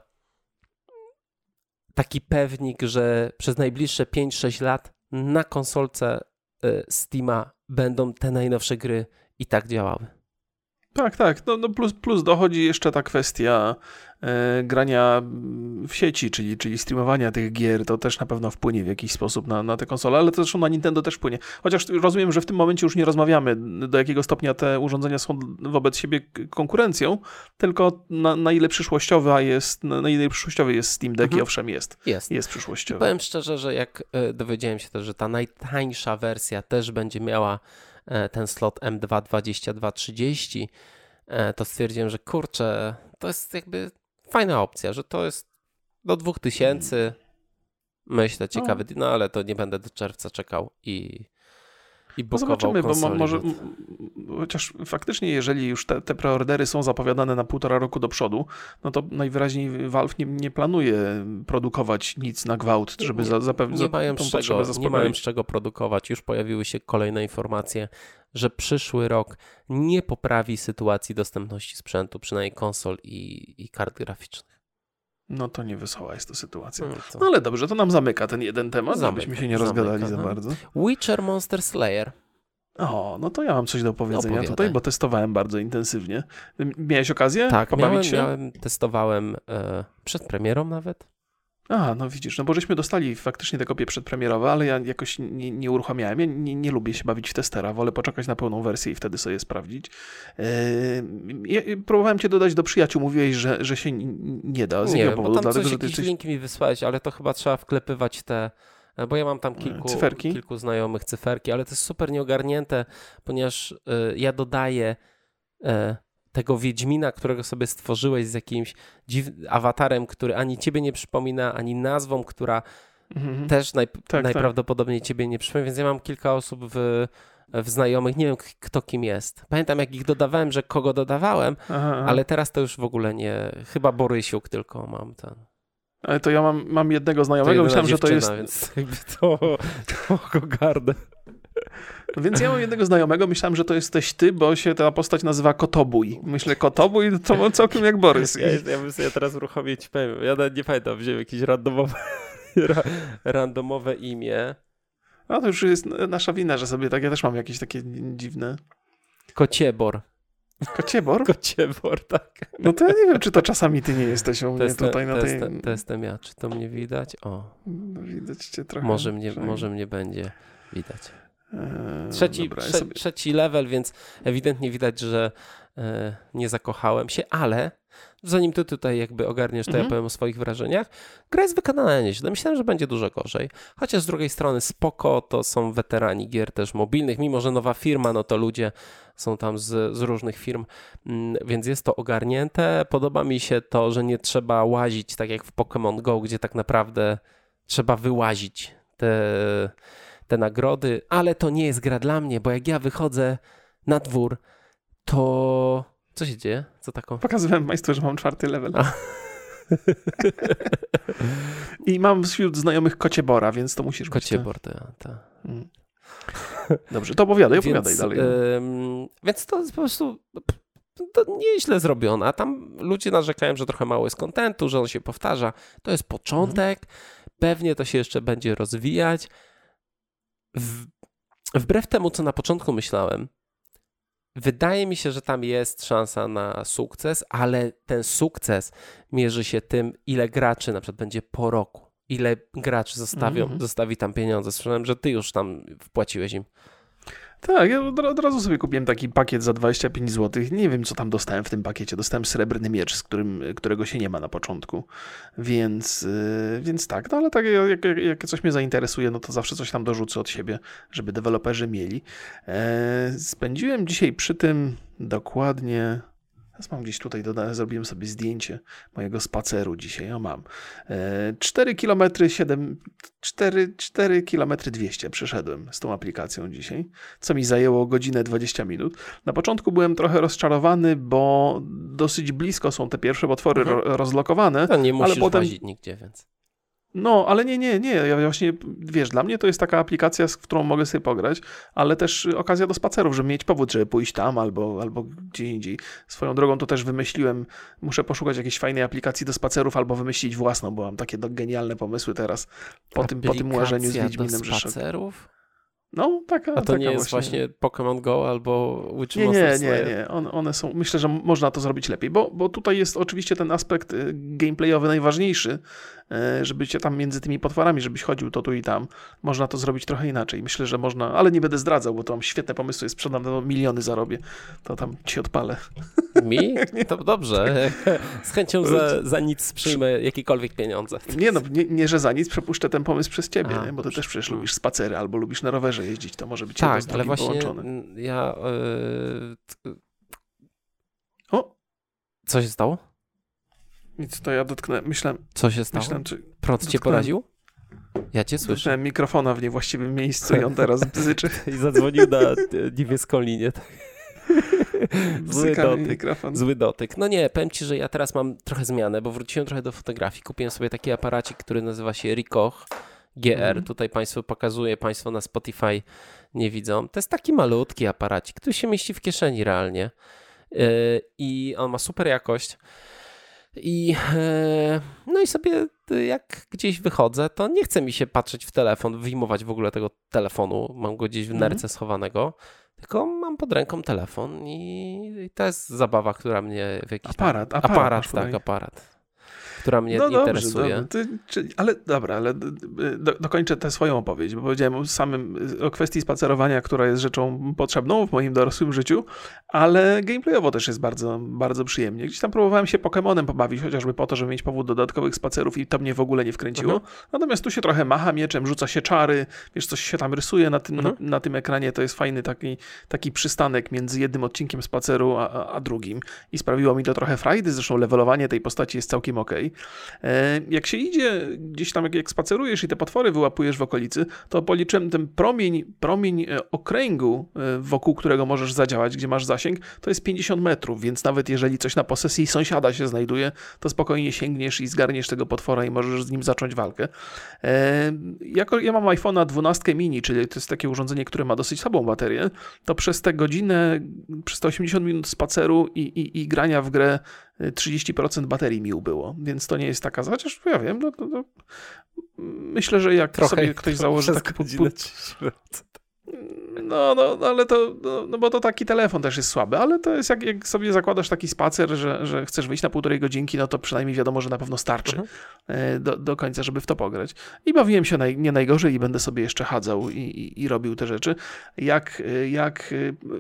taki pewnik, że przez najbliższe pięć sześć lat na konsolce e, Steama będą te najnowsze gry i tak działały. Tak, tak. No, no plus, plus dochodzi jeszcze ta kwestia e, grania w sieci, czyli, czyli streamowania tych gier. To też na pewno wpłynie w jakiś sposób na, na te konsole, ale to zresztą na Nintendo też wpłynie. Chociaż rozumiem, że w tym momencie już nie rozmawiamy, do jakiego stopnia te urządzenia są wobec siebie konkurencją, tylko na, na ile przyszłościowy jest, na, na ile przyszłościowy jest Steam Deck mhm. i owszem jest. Jest. Jest przyszłościowy. Powiem szczerze, że jak dowiedziałem się też, że ta najtańsza wersja też będzie miała ten slot M dwa dwadzieścia dwa trzydzieści, to stwierdziłem, że kurczę, to jest jakby fajna opcja, że to jest do dwóch tysięcy, myślę, ciekawy, no. no ale to nie będę do czerwca czekał i i no zobaczymy, bo może, chociaż faktycznie jeżeli już te, te preordery są zapowiadane na półtora roku do przodu, no to najwyraźniej Valve nie, nie planuje produkować nic na gwałt, żeby za, zapewnić nie, mają tą potrzebę zaspokoić. Nie mają z czego produkować. Już pojawiły się kolejne informacje, że przyszły rok nie poprawi sytuacji dostępności sprzętu, przynajmniej konsol i, i kart graficznych. No to nie wesoła jest to sytuacja. No, to... no ale dobrze, to nam zamyka ten jeden temat, zamyka, żebyśmy się nie zamyka, rozgadali za bardzo. Witcher Monster Slayer. O, no to ja mam coś do powiedzenia Opowiadaj. tutaj, bo testowałem bardzo intensywnie. Miałeś okazję tak, pobawić miałem, się? miałem, testowałem e, przed premierą nawet. A, no widzisz, no bo żeśmy dostali faktycznie te kopie przedpremierowe, ale ja jakoś nie, nie uruchamiałem. Ja nie, nie lubię się bawić w testera, wolę poczekać na pełną wersję i wtedy sobie sprawdzić. Yy, ja próbowałem cię dodać do przyjaciół, mówiłeś, że, że się nie da. Z nie, powodu, bo tam dlatego, coś, że ty jakiś jesteś... link mi wysłałeś, ale to chyba trzeba wklepywać te... Bo ja mam tam kilku, kilku znajomych cyferki, ale to jest super nieogarnięte, ponieważ y, ja dodaję y, tego Wiedźmina, którego sobie stworzyłeś z jakimś dziw... awatarem, który ani ciebie nie przypomina, ani nazwą, która mm-hmm. też naj... tak, najprawdopodobniej tak. ciebie nie przypomina, więc ja mam kilka osób w, w znajomych, nie wiem kto kim jest. Pamiętam jak ich dodawałem, że kogo dodawałem, aha, ale teraz to już w ogóle nie, chyba Borysiuk tylko mam ten. Ale to ja mam, mam jednego znajomego, myślałem, że to jest... Więc jakby to, to go gardę. Więc ja mam jednego znajomego, myślałem, że to jesteś ty, bo się ta postać nazywa Kotobój. Myślę, Kotobój to całkiem jak Borys. Ja, ja bym sobie teraz uruchomić, powiem, ja nie pamiętam, wziąłem jakieś randomowe, ra, randomowe imię No to już jest nasza wina, że sobie tak, ja też mam jakieś takie dziwne... Kociebor. Kociebor? Kociebor, tak. No to ja nie wiem, czy to czasami ty nie jesteś u mnie Testem, tutaj na tej... Testem, testem ja, czy to mnie widać? O. No, widać cię trochę. Może mnie, przynajmniej. może mnie będzie widać. Eee, Trzeci, dobra, ja trze, sobie... trzeci level, więc ewidentnie widać, że e, nie zakochałem się, ale zanim ty tutaj jakby ogarniesz, to Mhm. ja powiem o swoich wrażeniach. Gra jest wykonana nieźle. Myślałem, że będzie dużo gorzej. Chociaż z drugiej strony spoko, to są weterani gier też mobilnych. Mimo że nowa firma, no to ludzie są tam z, z różnych firm, mm, więc jest to ogarnięte. Podoba mi się to, że nie trzeba łazić tak jak w Pokémon Go, gdzie tak naprawdę trzeba wyłazić te, te nagrody, ale to nie jest gra dla mnie, bo jak ja wychodzę na dwór, to... Co się dzieje? Co taką? Pokazywałem Państwu, że mam czwarty level. A. I mam wśród znajomych Kociebora, więc to musisz być ty. Kociebor, to, to. Mm. Dobrze, to opowiadaj, opowiadaj Więc, dalej. ym, więc to jest po prostu to nieźle zrobione. A tam ludzie narzekają, że trochę mało jest kontentu, że on się powtarza. To jest początek. Mhm. Pewnie to się jeszcze będzie rozwijać. W, wbrew temu, co na początku myślałem, wydaje mi się, że tam jest szansa na sukces, ale ten sukces mierzy się tym, ile graczy na przykład będzie po roku. Ile graczy zostawią, mm-hmm. zostawi tam pieniądze. Słyszałem, że ty już tam wpłaciłeś im. Tak, ja od, od razu sobie kupiłem taki pakiet za dwadzieścia pięć złotych. Nie wiem, co tam dostałem w tym pakiecie. Dostałem srebrny miecz, z którym, którego się nie ma na początku. Więc, yy, więc tak, no ale tak jak, jak, jak coś mnie zainteresuje, no to zawsze coś tam dorzucę od siebie, żeby deweloperzy mieli. Eee, spędziłem dzisiaj przy tym dokładnie... Teraz mam gdzieś tutaj, doda- zrobiłem sobie zdjęcie mojego spaceru dzisiaj, o mam. E, cztery kilometry, siedem, cztery, cztery kilometry dwieście przeszedłem z tą aplikacją dzisiaj, co mi zajęło godzinę dwadzieścia minut. Na początku byłem trochę rozczarowany, bo dosyć blisko są te pierwsze potwory mhm. ro- rozlokowane. No nie musisz ale potem... łazić nigdzie, więc... No, ale nie, nie, nie. Ja właśnie, wiesz, dla mnie to jest taka aplikacja, z którą mogę sobie pograć, ale też okazja do spacerów, żeby mieć powód, żeby pójść tam albo, albo gdzie indziej. Swoją drogą to też wymyśliłem, muszę poszukać jakiejś fajnej aplikacji do spacerów albo wymyślić własną, bo mam takie genialne pomysły teraz po tym, po tym łażeniu z Wiedźminem. Do spacerów? No, taka. A to taka nie jest właśnie, właśnie Pokémon Go albo Witch Nie, Monster nie, nie, nie. One, one są, myślę, że można to zrobić lepiej, bo, bo tutaj jest oczywiście ten aspekt gameplayowy najważniejszy, żeby cię tam między tymi potworami, żebyś chodził to tu i tam. Można to zrobić trochę inaczej. Myślę, że można, ale nie będę zdradzał, bo to mam świetne pomysły, sprzedam, to miliony zarobię. To tam ci odpalę. Mi? To dobrze. Z chęcią za, za nic przyjmę jakiekolwiek pieniądze. Nie no, nie, nie, że za nic, przepuszczę ten pomysł przez ciebie, A, nie? Bo ty też przecież hmm. lubisz spacery albo lubisz na rowerze jeździć, to może być tak, jedno z ale drugim właśnie połączone. ja... Yy... O! Co się stało? Nic, to ja dotknę, myślę... Co się stało? Myślę, czy Prąd cię dotknąłem, poraził? Ja cię słyszę. Dotknąłem mikrofona w niewłaściwym miejscu i on teraz bzyczy. I zadzwonił na niebieską linię. Zły dotyk. Mikrofon. Zły dotyk. No nie, powiem ci, że ja teraz mam trochę zmianę, bo wróciłem trochę do fotografii. Kupiłem sobie taki aparacik, który nazywa się Ricoh G R. Mm. Tutaj Państwu pokazuję, Państwo na Spotify nie widzą. To jest taki malutki aparacik, który się mieści w kieszeni realnie. Yy, I on ma super jakość. I yy, no i sobie jak gdzieś wychodzę, to nie chce mi się patrzeć w telefon, wyjmować w ogóle tego telefonu. Mam go gdzieś w nerce mm. schowanego. Tylko mam pod ręką telefon i to jest zabawa, która mnie w jakiś aparat, tam... aparat, aparat tak, aparat, która mnie no interesuje. Dobrze, Ty, czy, ale dobra, ale do, dokończę tę swoją opowieść, bo powiedziałem o samym o kwestii spacerowania, która jest rzeczą potrzebną w moim dorosłym życiu, ale gameplayowo też jest bardzo, bardzo przyjemnie. Gdzieś tam próbowałem się Pokemonem pobawić, chociażby po to, żeby mieć powód do dodatkowych spacerów i to mnie w ogóle nie wkręciło. Mhm. Natomiast tu się trochę macha mieczem, rzuca się czary, wiesz, coś się tam rysuje na tym, mhm. na, na tym ekranie. To jest fajny taki, taki przystanek między jednym odcinkiem spaceru a, a, a drugim i sprawiło mi to trochę frajdy. Zresztą levelowanie tej postaci jest całkiem okej. Jak się idzie gdzieś tam, jak, jak spacerujesz i te potwory wyłapujesz w okolicy, to policzyłem ten promień, promień okręgu, wokół którego możesz zadziałać, gdzie masz zasięg, to jest pięćdziesiąt metrów, więc nawet jeżeli coś na posesji sąsiada się znajduje, to spokojnie sięgniesz i zgarniesz tego potwora i możesz z nim zacząć walkę. Jako ja mam iPhone'a dwanaście mini, czyli to jest takie urządzenie, które ma dosyć słabą baterię, to przez tę godzinę, przez te osiemdziesiąt minut spaceru i, i, i grania w grę trzydzieści procent baterii mi ubyło, więc to nie jest taka, chociaż ja wiem, no, no, no, myślę, że jak trochę, sobie ktoś założy tak... Pu, pu, No, no, ale to, no, no bo to taki telefon też jest słaby, ale to jest jak, jak sobie zakładasz taki spacer, że, że chcesz wyjść na półtorej godzinki, no to przynajmniej wiadomo, że na pewno starczy mhm. do, do końca, żeby w to pograć. I bawiłem się naj, nie najgorzej i będę sobie jeszcze chadzał i, i, i robił te rzeczy. Jak, jak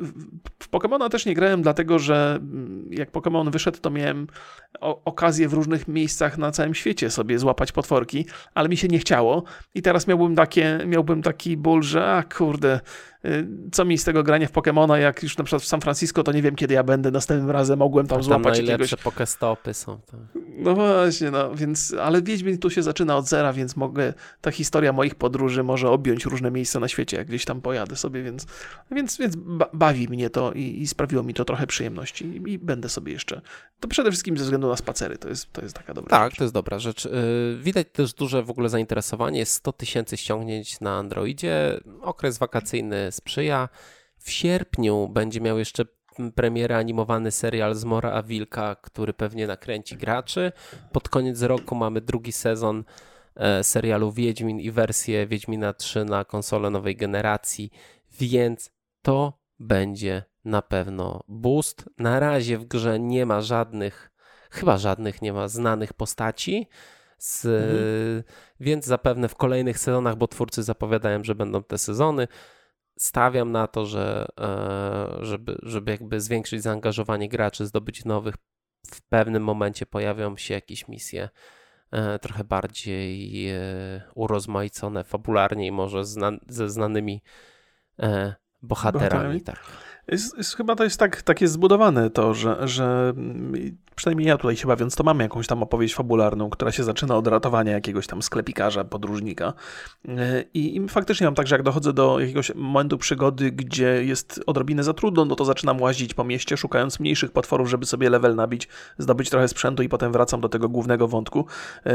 w Pokemona też nie grałem, dlatego że jak Pokemon wyszedł, to miałem o, okazję w różnych miejscach na całym świecie sobie złapać potworki, ale mi się nie chciało i teraz miałbym takie, miałbym taki ból, że a kurde, co mi z tego grania w Pokemona, jak już na przykład w San Francisco, to nie wiem, kiedy ja będę następnym razem, mogłem tam, tam złapać jakiegoś... najlepsze pokestopy są. To... No właśnie, no, więc, ale Wiedźmin tu się zaczyna od zera, więc mogę, ta historia moich podróży może objąć różne miejsca na świecie, jak gdzieś tam pojadę sobie, więc, więc, więc bawi mnie to i, i sprawiło mi to trochę przyjemności i, i będę sobie jeszcze, to przede wszystkim ze względu na spacery, to jest, to jest taka dobra tak, rzecz. To jest dobra rzecz. Widać też duże w ogóle zainteresowanie, jest sto tysięcy ściągnięć na Androidzie, okres wakacyjny sprzyja. W sierpniu będzie miał jeszcze premierę animowany serial Zmora a Wilka, który pewnie nakręci graczy. Pod koniec roku mamy drugi sezon serialu Wiedźmin i wersję Wiedźmina trzy na konsolę nowej generacji, więc to będzie na pewno boost. Na razie w grze nie ma żadnych, chyba żadnych nie ma znanych postaci, z, mhm. więc zapewne w kolejnych sezonach, bo twórcy zapowiadają, że będą te sezony, stawiam na to, że żeby, żeby jakby zwiększyć zaangażowanie graczy, zdobyć nowych, w pewnym momencie pojawią się jakieś misje trochę bardziej urozmaicone fabularnie i może zna, ze znanymi bohaterami. bohaterami. Tak. Jest, jest, chyba to jest tak, tak jest zbudowane to, że, że przynajmniej ja tutaj się bawiąc, to mamy jakąś tam opowieść fabularną, która się zaczyna od ratowania jakiegoś tam sklepikarza, podróżnika. I, i faktycznie mam tak, że jak dochodzę do jakiegoś momentu przygody, gdzie jest odrobinę za trudno, no to zaczynam łazić po mieście, szukając mniejszych potworów, żeby sobie level nabić, zdobyć trochę sprzętu i potem wracam do tego głównego wątku.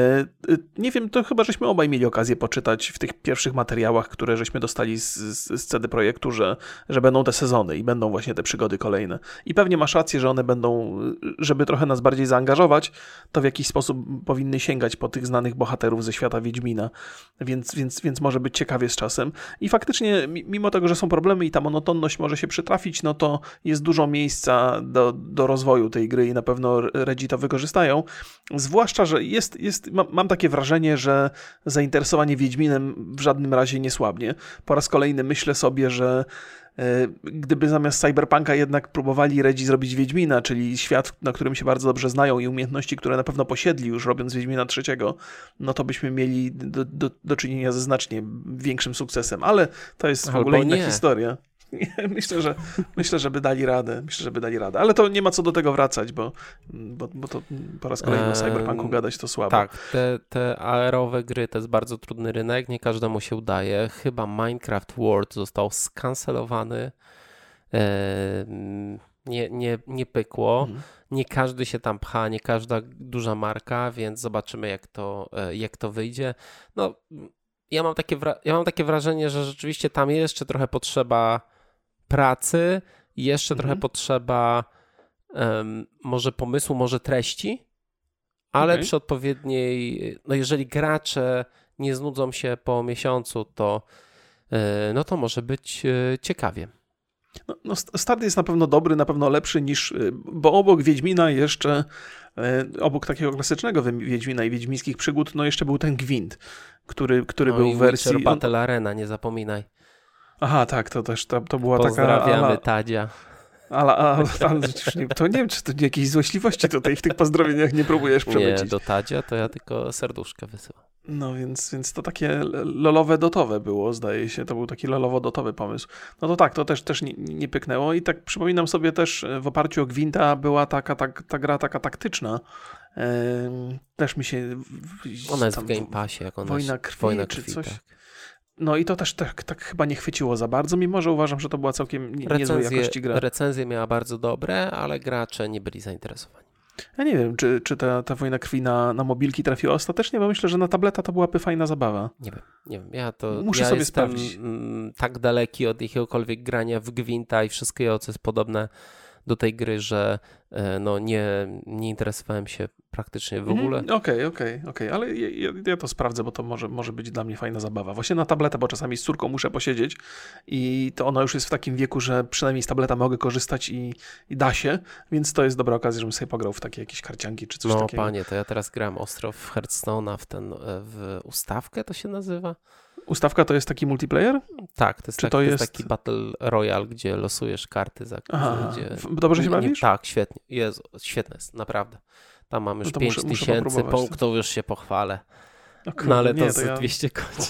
Nie wiem, to chyba żeśmy obaj mieli okazję poczytać w tych pierwszych materiałach, które żeśmy dostali z, z, z C D Projektu, że, że będą te sezony i będą właśnie te przygody kolejne. I pewnie masz rację, że one będą, żeby trochę nas bardziej zaangażować, to w jakiś sposób powinny sięgać po tych znanych bohaterów ze świata Wiedźmina, więc, więc, więc może być ciekawie z czasem. I faktycznie, mimo tego, że są problemy i ta monotonność może się przytrafić, no to jest dużo miejsca do, do rozwoju tej gry i na pewno Redzi to wykorzystają. Zwłaszcza, że jest, jest mam, mam takie wrażenie, że zainteresowanie Wiedźminem w żadnym razie nie słabnie. Po raz kolejny myślę sobie, że gdyby zamiast Cyberpunka jednak próbowali Redzi zrobić Wiedźmina, czyli świat, na którym się bardzo dobrze znają i umiejętności, które na pewno posiedli już robiąc Wiedźmina trzeciego, no to byśmy mieli do, do, do czynienia ze znacznie większym sukcesem, ale to jest w Albo ogóle inna nie. historia. Myślę, że myślę, żeby dali radę. Myślę, żeby dali radę. Ale to nie ma co do tego wracać, bo, bo, bo to po raz kolejny o Cyberpunku gadać to słabo. Tak, te, te A R-owe gry to jest bardzo trudny rynek, nie każdemu się udaje. Chyba Minecraft World został skancelowany. Nie, nie, nie pykło. Mhm. Nie każdy się tam pcha, nie każda duża marka, więc zobaczymy jak to, jak to wyjdzie. No, ja mam takie, wra- ja mam takie wrażenie, że rzeczywiście tam jeszcze trochę potrzeba pracy, jeszcze mhm. trochę potrzeba um, może pomysłu, może treści, ale okay. przy odpowiedniej, no jeżeli gracze nie znudzą się po miesiącu, to no to może być ciekawie. No, no start jest na pewno dobry, na pewno lepszy niż, bo obok Wiedźmina jeszcze, obok takiego klasycznego Wiedźmina i wiedźmińskich przygód, no jeszcze był ten Gwint, który, który no był w wersji... Witcher Battle Arena, nie zapominaj. Aha, tak, to też to, to była Pozdrawiamy taka... Pozdrawiamy Tadzia. Ale, ale, ale to nie wiem, czy to jakieś złośliwości tutaj w tych pozdrowieniach nie próbujesz przemycić. Nie, do Tadzia to ja tylko serduszkę wysyłam. No więc, więc to takie lolowe dotowe było, zdaje się. To był taki lolowo-dotowy pomysł. No to tak, to też, też nie, nie pyknęło i tak przypominam sobie też w oparciu o Gwinta była taka ta, ta gra taka taktyczna. Ehm, też mi się... Ona jest w Game Passie, jak ona Wojna krwi, Wojna czy krwi, coś. Tak. No i to też tak, tak chyba nie chwyciło za bardzo, mimo że uważam, że to była całkiem niezłej jakości gra. Recenzje miała bardzo dobre, ale gracze nie byli zainteresowani. Ja nie wiem, czy, czy ta, ta Wojna krwi na, na mobilki trafiła ostatecznie, bo myślę, że na tableta to byłaby fajna zabawa. Nie wiem, nie wiem. Ja to Muszę ja sobie jestem sprawdzić. tak daleki od jakiegokolwiek grania w Gwinta i wszystkiego, co jest podobne do tej gry, że no nie, nie interesowałem się praktycznie w ogóle. Okej, okej, okej, okej, ale ja, ja to sprawdzę, bo to może, może być dla mnie fajna zabawa. Właśnie na tabletę, bo czasami z córką muszę posiedzieć i to ona już jest w takim wieku, że przynajmniej z tableta mogę korzystać i, i da się, więc to jest dobra okazja, żebym sobie pograł w takie jakieś karcianki czy coś no, takiego. No panie, to ja teraz gram ostro w Hearthstone'a, w ten, w ustawkę to się nazywa? Ustawka to jest taki multiplayer? Tak, to jest, Czy taki, to to jest... jest taki Battle Royale, gdzie losujesz karty za... Aha, gdzie... dobrze się nie, bawisz? Nie, tak, świetnie. Jezu, świetne jest, naprawdę. Tam mam już no pięć tysięcy punktów, już się pochwalę. No, kurde, no ale nie, to, to ja... dwieście godzin.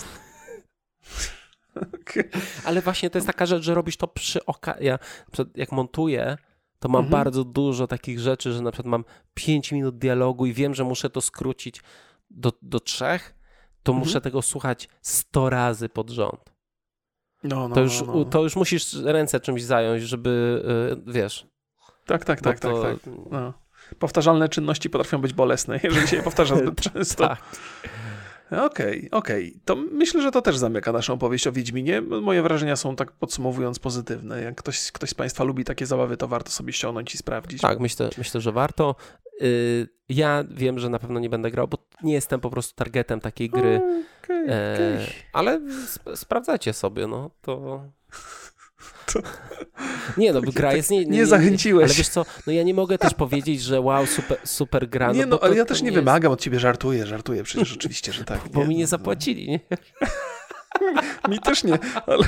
Okay. Ale właśnie to jest taka rzecz, że robisz to przy okazji. Ja jak montuję, to mam mhm. bardzo dużo takich rzeczy, że na przykład mam pięć minut dialogu i wiem, że muszę to skrócić do, do trzech, to mhm. muszę tego słuchać sto razy pod rząd. No, no, to, już, no, no. to już musisz ręce czymś zająć, żeby, yy, wiesz. Tak, tak, tak, to... tak, tak. No. Powtarzalne czynności potrafią być bolesne, jeżeli się je powtarza zbyt często. Tak. Okej, okay, okej. Okay. To myślę, że to też zamyka naszą opowieść o Wiedźminie. Moje wrażenia są, tak podsumowując, pozytywne. Jak ktoś, ktoś z Państwa lubi takie zabawy, to warto sobie ściągnąć i sprawdzić. Tak, myślę, myślę że warto. Yy, ja wiem, że na pewno nie będę grał, bo nie jestem po prostu targetem takiej gry. Okay, okay. E, ale sp- sprawdzajcie sobie, no to... To... Nie no, gra jest... Nie, nie, nie zachęciłeś. Ale wiesz co, no ja nie mogę też powiedzieć, że wow, super, super gra. Nie no, no, ale to, ja też nie jest... wymagam od ciebie, żartuję, żartuję, przecież oczywiście, że tak. Bo nie, mi nie no, zapłacili, nie? Mi też nie, ale...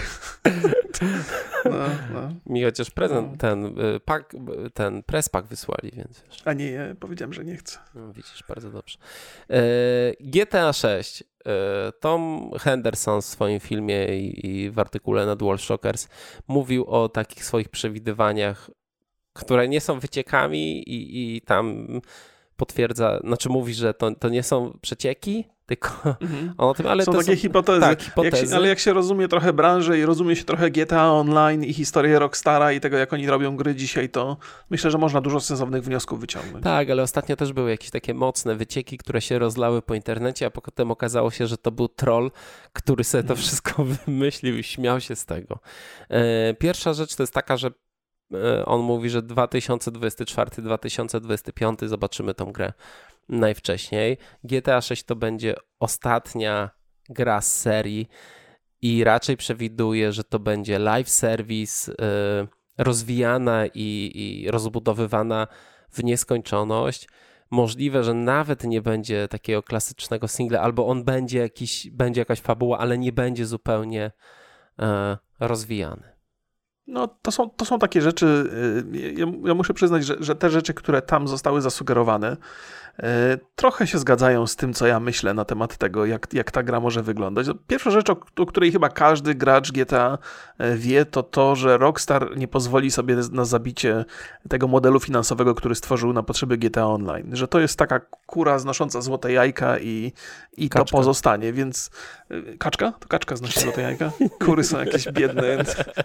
No, no. Mi chociaż prezent, no. ten pak, ten press pack wysłali, więc wiesz. A nie, ja powiedziałem, że nie chcę. No, widzisz, bardzo dobrze. E, G T A sześć. E, Tom Henderson w swoim filmie i, i w artykule na DualShockers mówił o takich swoich przewidywaniach, które nie są wyciekami i, i tam potwierdza, znaczy mówi, że to, to nie są przecieki, tylko mhm. on o tym, ale są to takie są, hipotezy. Tak, hipotezy. Jak się, ale jak się rozumie trochę branżę i rozumie się trochę G T A Online i historię Rockstara i tego, jak oni robią gry dzisiaj, to myślę, że można dużo sensownych wniosków wyciągnąć. Tak, ale ostatnio też były jakieś takie mocne wycieki, które się rozlały po internecie, a potem okazało się, że to był troll, który sobie to wszystko wymyślił i śmiał się z tego. Pierwsza rzecz to jest taka, że on mówi, że dwa tysiące dwudziesty czwarty dwa tysiące dwudziesty piąty zobaczymy tą grę najwcześniej. G T A sześć to będzie ostatnia gra z serii i raczej przewiduje, że to będzie live service yy, rozwijana i, i rozbudowywana w nieskończoność. Możliwe, że nawet nie będzie takiego klasycznego singla, albo on będzie jakiś, będzie jakaś fabuła, ale nie będzie zupełnie yy, rozwijany. No to są, to są takie rzeczy, ja, ja muszę przyznać, że, że te rzeczy, które tam zostały zasugerowane, trochę się zgadzają z tym, co ja myślę na temat tego, jak, jak ta gra może wyglądać. Pierwsza rzecz, o, o której chyba każdy gracz G T A wie, to to, że Rockstar nie pozwoli sobie na zabicie tego modelu finansowego, który stworzył na potrzeby G T A Online. Że to jest taka kura znosząca złote jajka i, i to pozostanie, więc... Kaczka? To kaczka znosi złote jajka? Kury są jakieś biedne.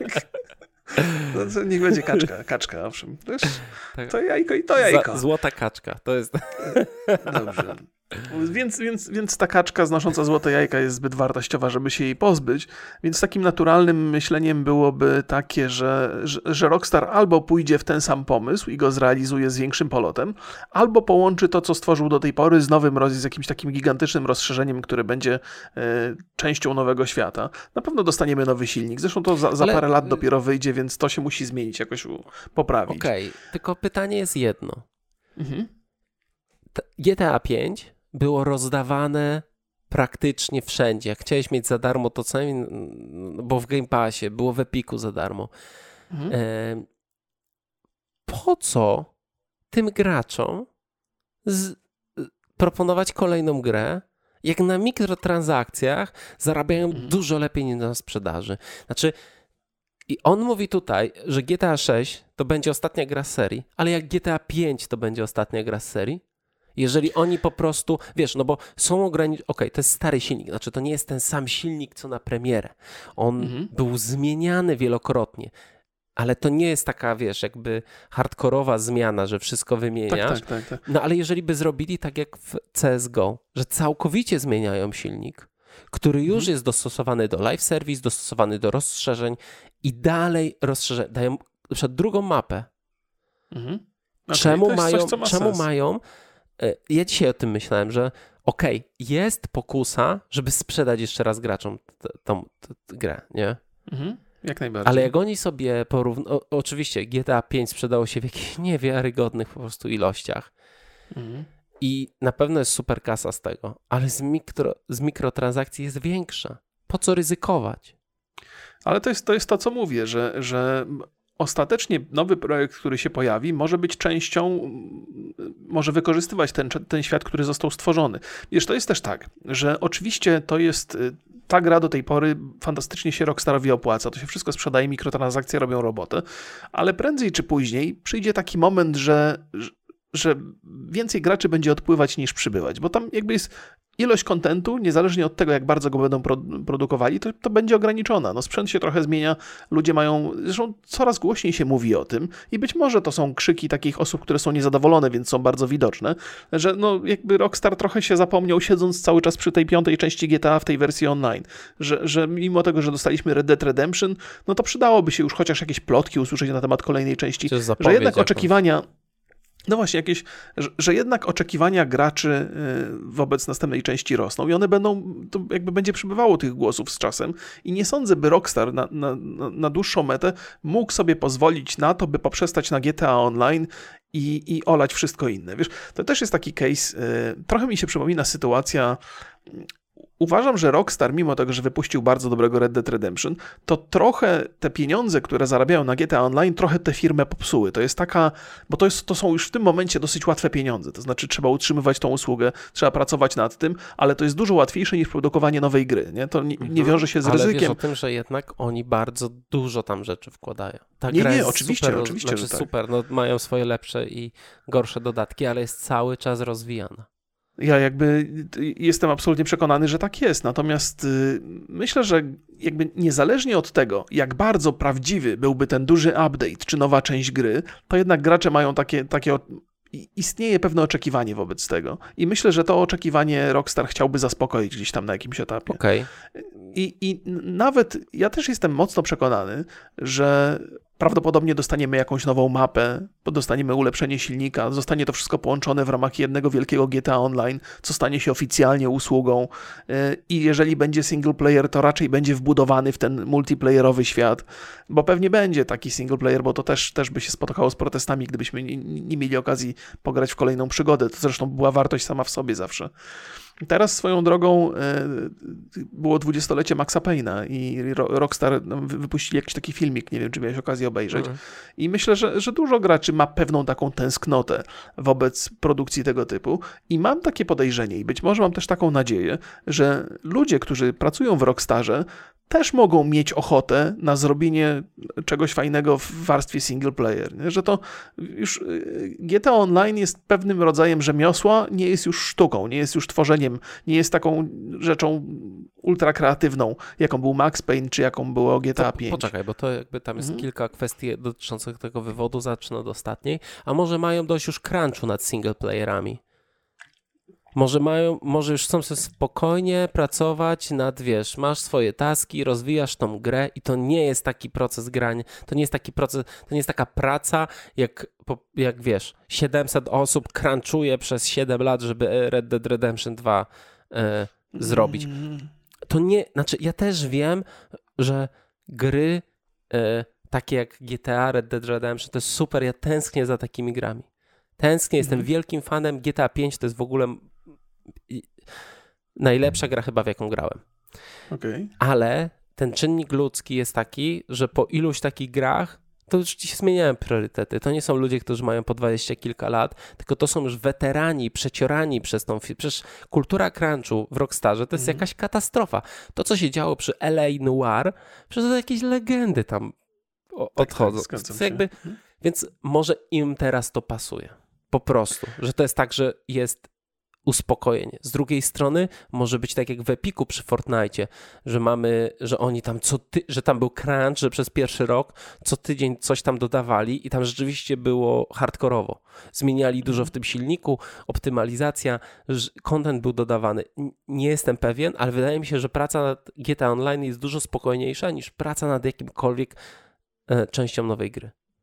No to niech będzie kaczka, kaczka, owszem. Wiesz, to jajko i to jajko. Za, złota kaczka, to jest... Dobrze. Więc, więc, więc ta kaczka znosząca złote jajka jest zbyt wartościowa, żeby się jej pozbyć, więc takim naturalnym myśleniem byłoby takie, że, że, że Rockstar albo pójdzie w ten sam pomysł i go zrealizuje z większym polotem, albo połączy to, co stworzył do tej pory z nowym, z jakimś takim gigantycznym rozszerzeniem, które będzie e, częścią nowego świata. Na pewno dostaniemy nowy silnik, zresztą to za, za Ale... parę lat dopiero wyjdzie, więc to się musi zmienić, jakoś poprawić. Okej, okay. Tylko pytanie jest jedno. Mhm. G T A pięć było rozdawane praktycznie wszędzie. Jak chciałeś mieć za darmo to co, bo w Game Passie, było w Epiku za darmo. Mhm. E, po co tym graczom z, proponować kolejną grę, jak na mikrotransakcjach zarabiają mhm. dużo lepiej niż na sprzedaży? Znaczy, i on mówi tutaj, że G T A sześć to będzie ostatnia gra z serii, ale jak G T A pięć to będzie ostatnia gra z serii? Jeżeli oni po prostu, wiesz, no bo są ograniczenia, okej, okay, to jest stary silnik, znaczy to nie jest ten sam silnik, co na premierę. On mhm. był zmieniany wielokrotnie, ale to nie jest taka, wiesz, jakby hardkorowa zmiana, że wszystko wymieniasz. Tak, tak, tak, tak. No ale jeżeli by zrobili tak jak w C S G O, że całkowicie zmieniają silnik, który już mhm. jest dostosowany do live service, dostosowany do rozszerzeń i dalej rozszerzeń, dają na przykład drugą mapę, Mhm. Okay, czemu mają, coś, ma czemu sens. mają, ja dzisiaj o tym myślałem, że okej, okay, jest pokusa, żeby sprzedać jeszcze raz graczom tą grę, nie? Mhm. Jak najbardziej. Ale jak oni sobie porównują, oczywiście G T A pięć sprzedało się w jakichś niewiarygodnych po prostu ilościach mhm. i na pewno jest super kasa z tego, ale z, mikro, z mikrotransakcji jest większa. Po co ryzykować? Ale to jest to, jest to co mówię, że, że ostatecznie nowy projekt, który się pojawi, może być częścią, może wykorzystywać ten, ten świat, który został stworzony. Wiesz, to jest też tak, że oczywiście to jest, ta gra do tej pory fantastycznie się Rockstarowi opłaca, to się wszystko sprzedaje, mikrotransakcje robią robotę, ale prędzej czy później przyjdzie taki moment, że, że więcej graczy będzie odpływać niż przybywać, bo tam jakby jest ilość kontentu, niezależnie od tego, jak bardzo go będą pro- produkowali, to, to będzie ograniczona. No, sprzęt się trochę zmienia, ludzie mają, zresztą coraz głośniej się mówi o tym i być może to są krzyki takich osób, które są niezadowolone, więc są bardzo widoczne, że no jakby Rockstar trochę się zapomniał, siedząc cały czas przy tej piątej części G T A w tej wersji online, że, że mimo tego, że dostaliśmy Red Dead Redemption, no to przydałoby się już chociaż jakieś plotki usłyszeć na temat kolejnej części, że jednak oczekiwania No właśnie, jakieś, że, że jednak oczekiwania graczy wobec następnej części rosną i one będą, to jakby będzie przybywało tych głosów z czasem i nie sądzę, by Rockstar na, na, na dłuższą metę mógł sobie pozwolić na to, by poprzestać na G T A Online i, i olać wszystko inne. Wiesz, to też jest taki case, trochę mi się przypomina sytuacja. Uważam, że Rockstar, mimo tego, że wypuścił bardzo dobrego Red Dead Redemption, to trochę te pieniądze, które zarabiają na G T A Online, trochę tę firmę popsuły. To jest taka, bo to, jest, to są już w tym momencie dosyć łatwe pieniądze. To znaczy trzeba utrzymywać tą usługę, trzeba pracować nad tym, ale to jest dużo łatwiejsze niż produkowanie nowej gry. Nie? To nie, nie wiąże się z ale ryzykiem. Ale wiesz o tym, że jednak oni bardzo dużo tam rzeczy wkładają. Ta nie, gra nie, jest oczywiście, super, oczywiście, znaczy że tak. super, no, mają swoje lepsze i gorsze dodatki, ale jest cały czas rozwijana. Ja jakby jestem absolutnie przekonany, że tak jest. Natomiast y, myślę, że jakby niezależnie od tego, jak bardzo prawdziwy byłby ten duży update czy nowa część gry, to jednak gracze mają takie, takie istnieje pewne oczekiwanie wobec tego. I myślę, że to oczekiwanie Rockstar chciałby zaspokoić gdzieś tam na jakimś etapie. Okay. I, I nawet ja też jestem mocno przekonany, że prawdopodobnie dostaniemy jakąś nową mapę, dostaniemy ulepszenie silnika, zostanie to wszystko połączone w ramach jednego wielkiego G T A Online, co stanie się oficjalnie usługą i jeżeli będzie single player, to raczej będzie wbudowany w ten multiplayerowy świat, bo pewnie będzie taki single player, bo to też, też by się spotkało z protestami, gdybyśmy nie, nie mieli okazji pograć w kolejną przygodę. To zresztą była wartość sama w sobie zawsze. Teraz swoją drogą było dwudziestolecie Maxa Payne'a i Rockstar wypuścili jakiś taki filmik, nie wiem, czy miałeś okazję obejrzeć. Mm. I myślę, że, że dużo graczy ma pewną taką tęsknotę wobec produkcji tego typu i mam takie podejrzenie i być może mam też taką nadzieję, że ludzie, którzy pracują w Rockstarze, też mogą mieć ochotę na zrobienie czegoś fajnego w warstwie single player. Nie? Że to już G T A Online jest pewnym rodzajem rzemiosła, nie jest już sztuką, nie jest już tworzeniem, nie jest taką rzeczą ultra kreatywną, jaką był Max Payne, czy jaką było G T A pięć. Poczekaj, bo to jakby tam jest mhm. kilka kwestii dotyczących tego wywodu, zacznę od ostatniej, a może mają dość już crunchu nad single playerami? Może mają, może już chcą sobie spokojnie pracować nad, wiesz, masz swoje taski, rozwijasz tą grę i to nie jest taki proces grań, to nie jest taki proces, to nie jest taka praca, jak, jak wiesz, siedemset osób crunchuje przez siedem lat, żeby Red Dead Redemption dwa e, zrobić. To nie, znaczy ja też wiem, że gry e, takie jak G T A, Red Dead Redemption to jest super, ja tęsknię za takimi grami. Tęsknię, jestem mm. wielkim fanem, G T A pięć to jest w ogóle najlepsza gra chyba, w jaką grałem. Okay. Ale ten czynnik ludzki jest taki, że po iluś takich grach to już się zmieniają priorytety. To nie są ludzie, którzy mają po dwadzieścia kilka lat, tylko to są już weterani, przeciorani przez tą... Przecież kultura crunchu w Rockstarze to jest mm. jakaś katastrofa. To, co się działo przy L A Noir, przez jakieś legendy tam odchodzą. Tak, tak, jakby, więc może im teraz to pasuje. Po prostu. Że to jest tak, że jest uspokojenie. Z drugiej strony może być tak jak w Epiku przy Fortnite, że mamy, że oni tam co ty, że tam był crunch, że przez pierwszy rok co tydzień coś tam dodawali i tam rzeczywiście było hardkorowo. Zmieniali dużo w tym silniku, optymalizacja, content był dodawany. Nie jestem pewien, ale wydaje mi się, że praca nad G T A Online jest dużo spokojniejsza niż praca nad jakimkolwiek e, częścią nowej gry.